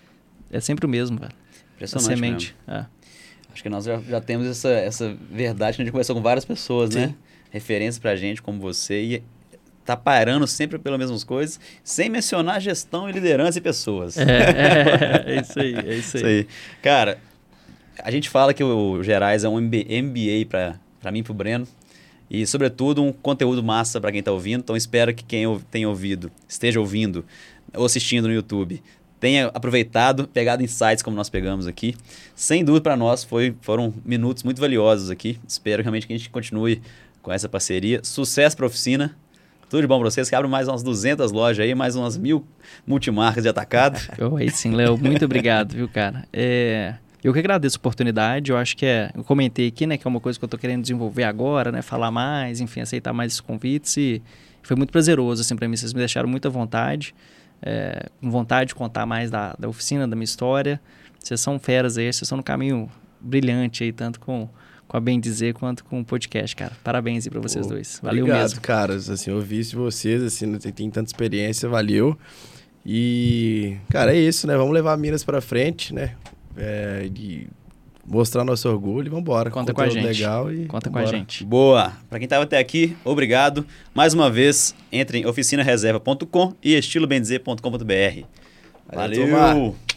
é sempre o mesmo, velho. Impressionante a semente. É. Acho que nós já, já temos essa, essa verdade que a gente conversou com várias pessoas, Sim. né? Referências pra gente, como você, e tá parando sempre pelas mesmas coisas, sem mencionar gestão e liderança e pessoas. É, é, é isso aí, é isso aí. Isso aí. Cara, a gente fala que o Gerais é um M B A pra, pra mim e pro Breno, e, sobretudo, um conteúdo massa pra quem tá ouvindo, então espero que quem tenha ouvido, esteja ouvindo ou assistindo no YouTube, tenha aproveitado, pegado insights como nós pegamos aqui. Sem dúvida para nós foi, foram minutos muito valiosos aqui. Espero realmente que a gente continue com essa parceria. Sucesso para a oficina. Tudo de bom para vocês. Que abram mais umas duzentas lojas aí, mais umas mil multimarcas de atacado. Oh, aí sim, Léo. Muito obrigado, viu, cara? É, eu que agradeço a oportunidade. Eu acho que é... Eu comentei aqui, né, que é uma coisa que eu tô querendo desenvolver agora, né? Falar mais, enfim, aceitar mais esses convites. E foi muito prazeroso, assim, para mim. Vocês me deixaram muita vontade. É, com vontade de contar mais da, da oficina, da minha história. Vocês são feras aí, vocês estão no caminho brilhante aí, tanto com, com a Bem Dizer quanto com o podcast, cara. Parabéns aí pra vocês Pô, dois. Valeu obrigado, mesmo. cara. Assim, eu ouvi isso de vocês, assim, tem, tem tanta experiência, valeu. E, cara, é isso, né? Vamos levar Minas pra frente, né? É, e mostrar nosso orgulho e vambora. Conta com a gente. Legal e Conta vambora. com a gente. Boa! Para quem estava até aqui, obrigado. Mais uma vez, entre em oficina reserva ponto com e estilo bem dizer ponto com ponto b r. Valeu, Valeu!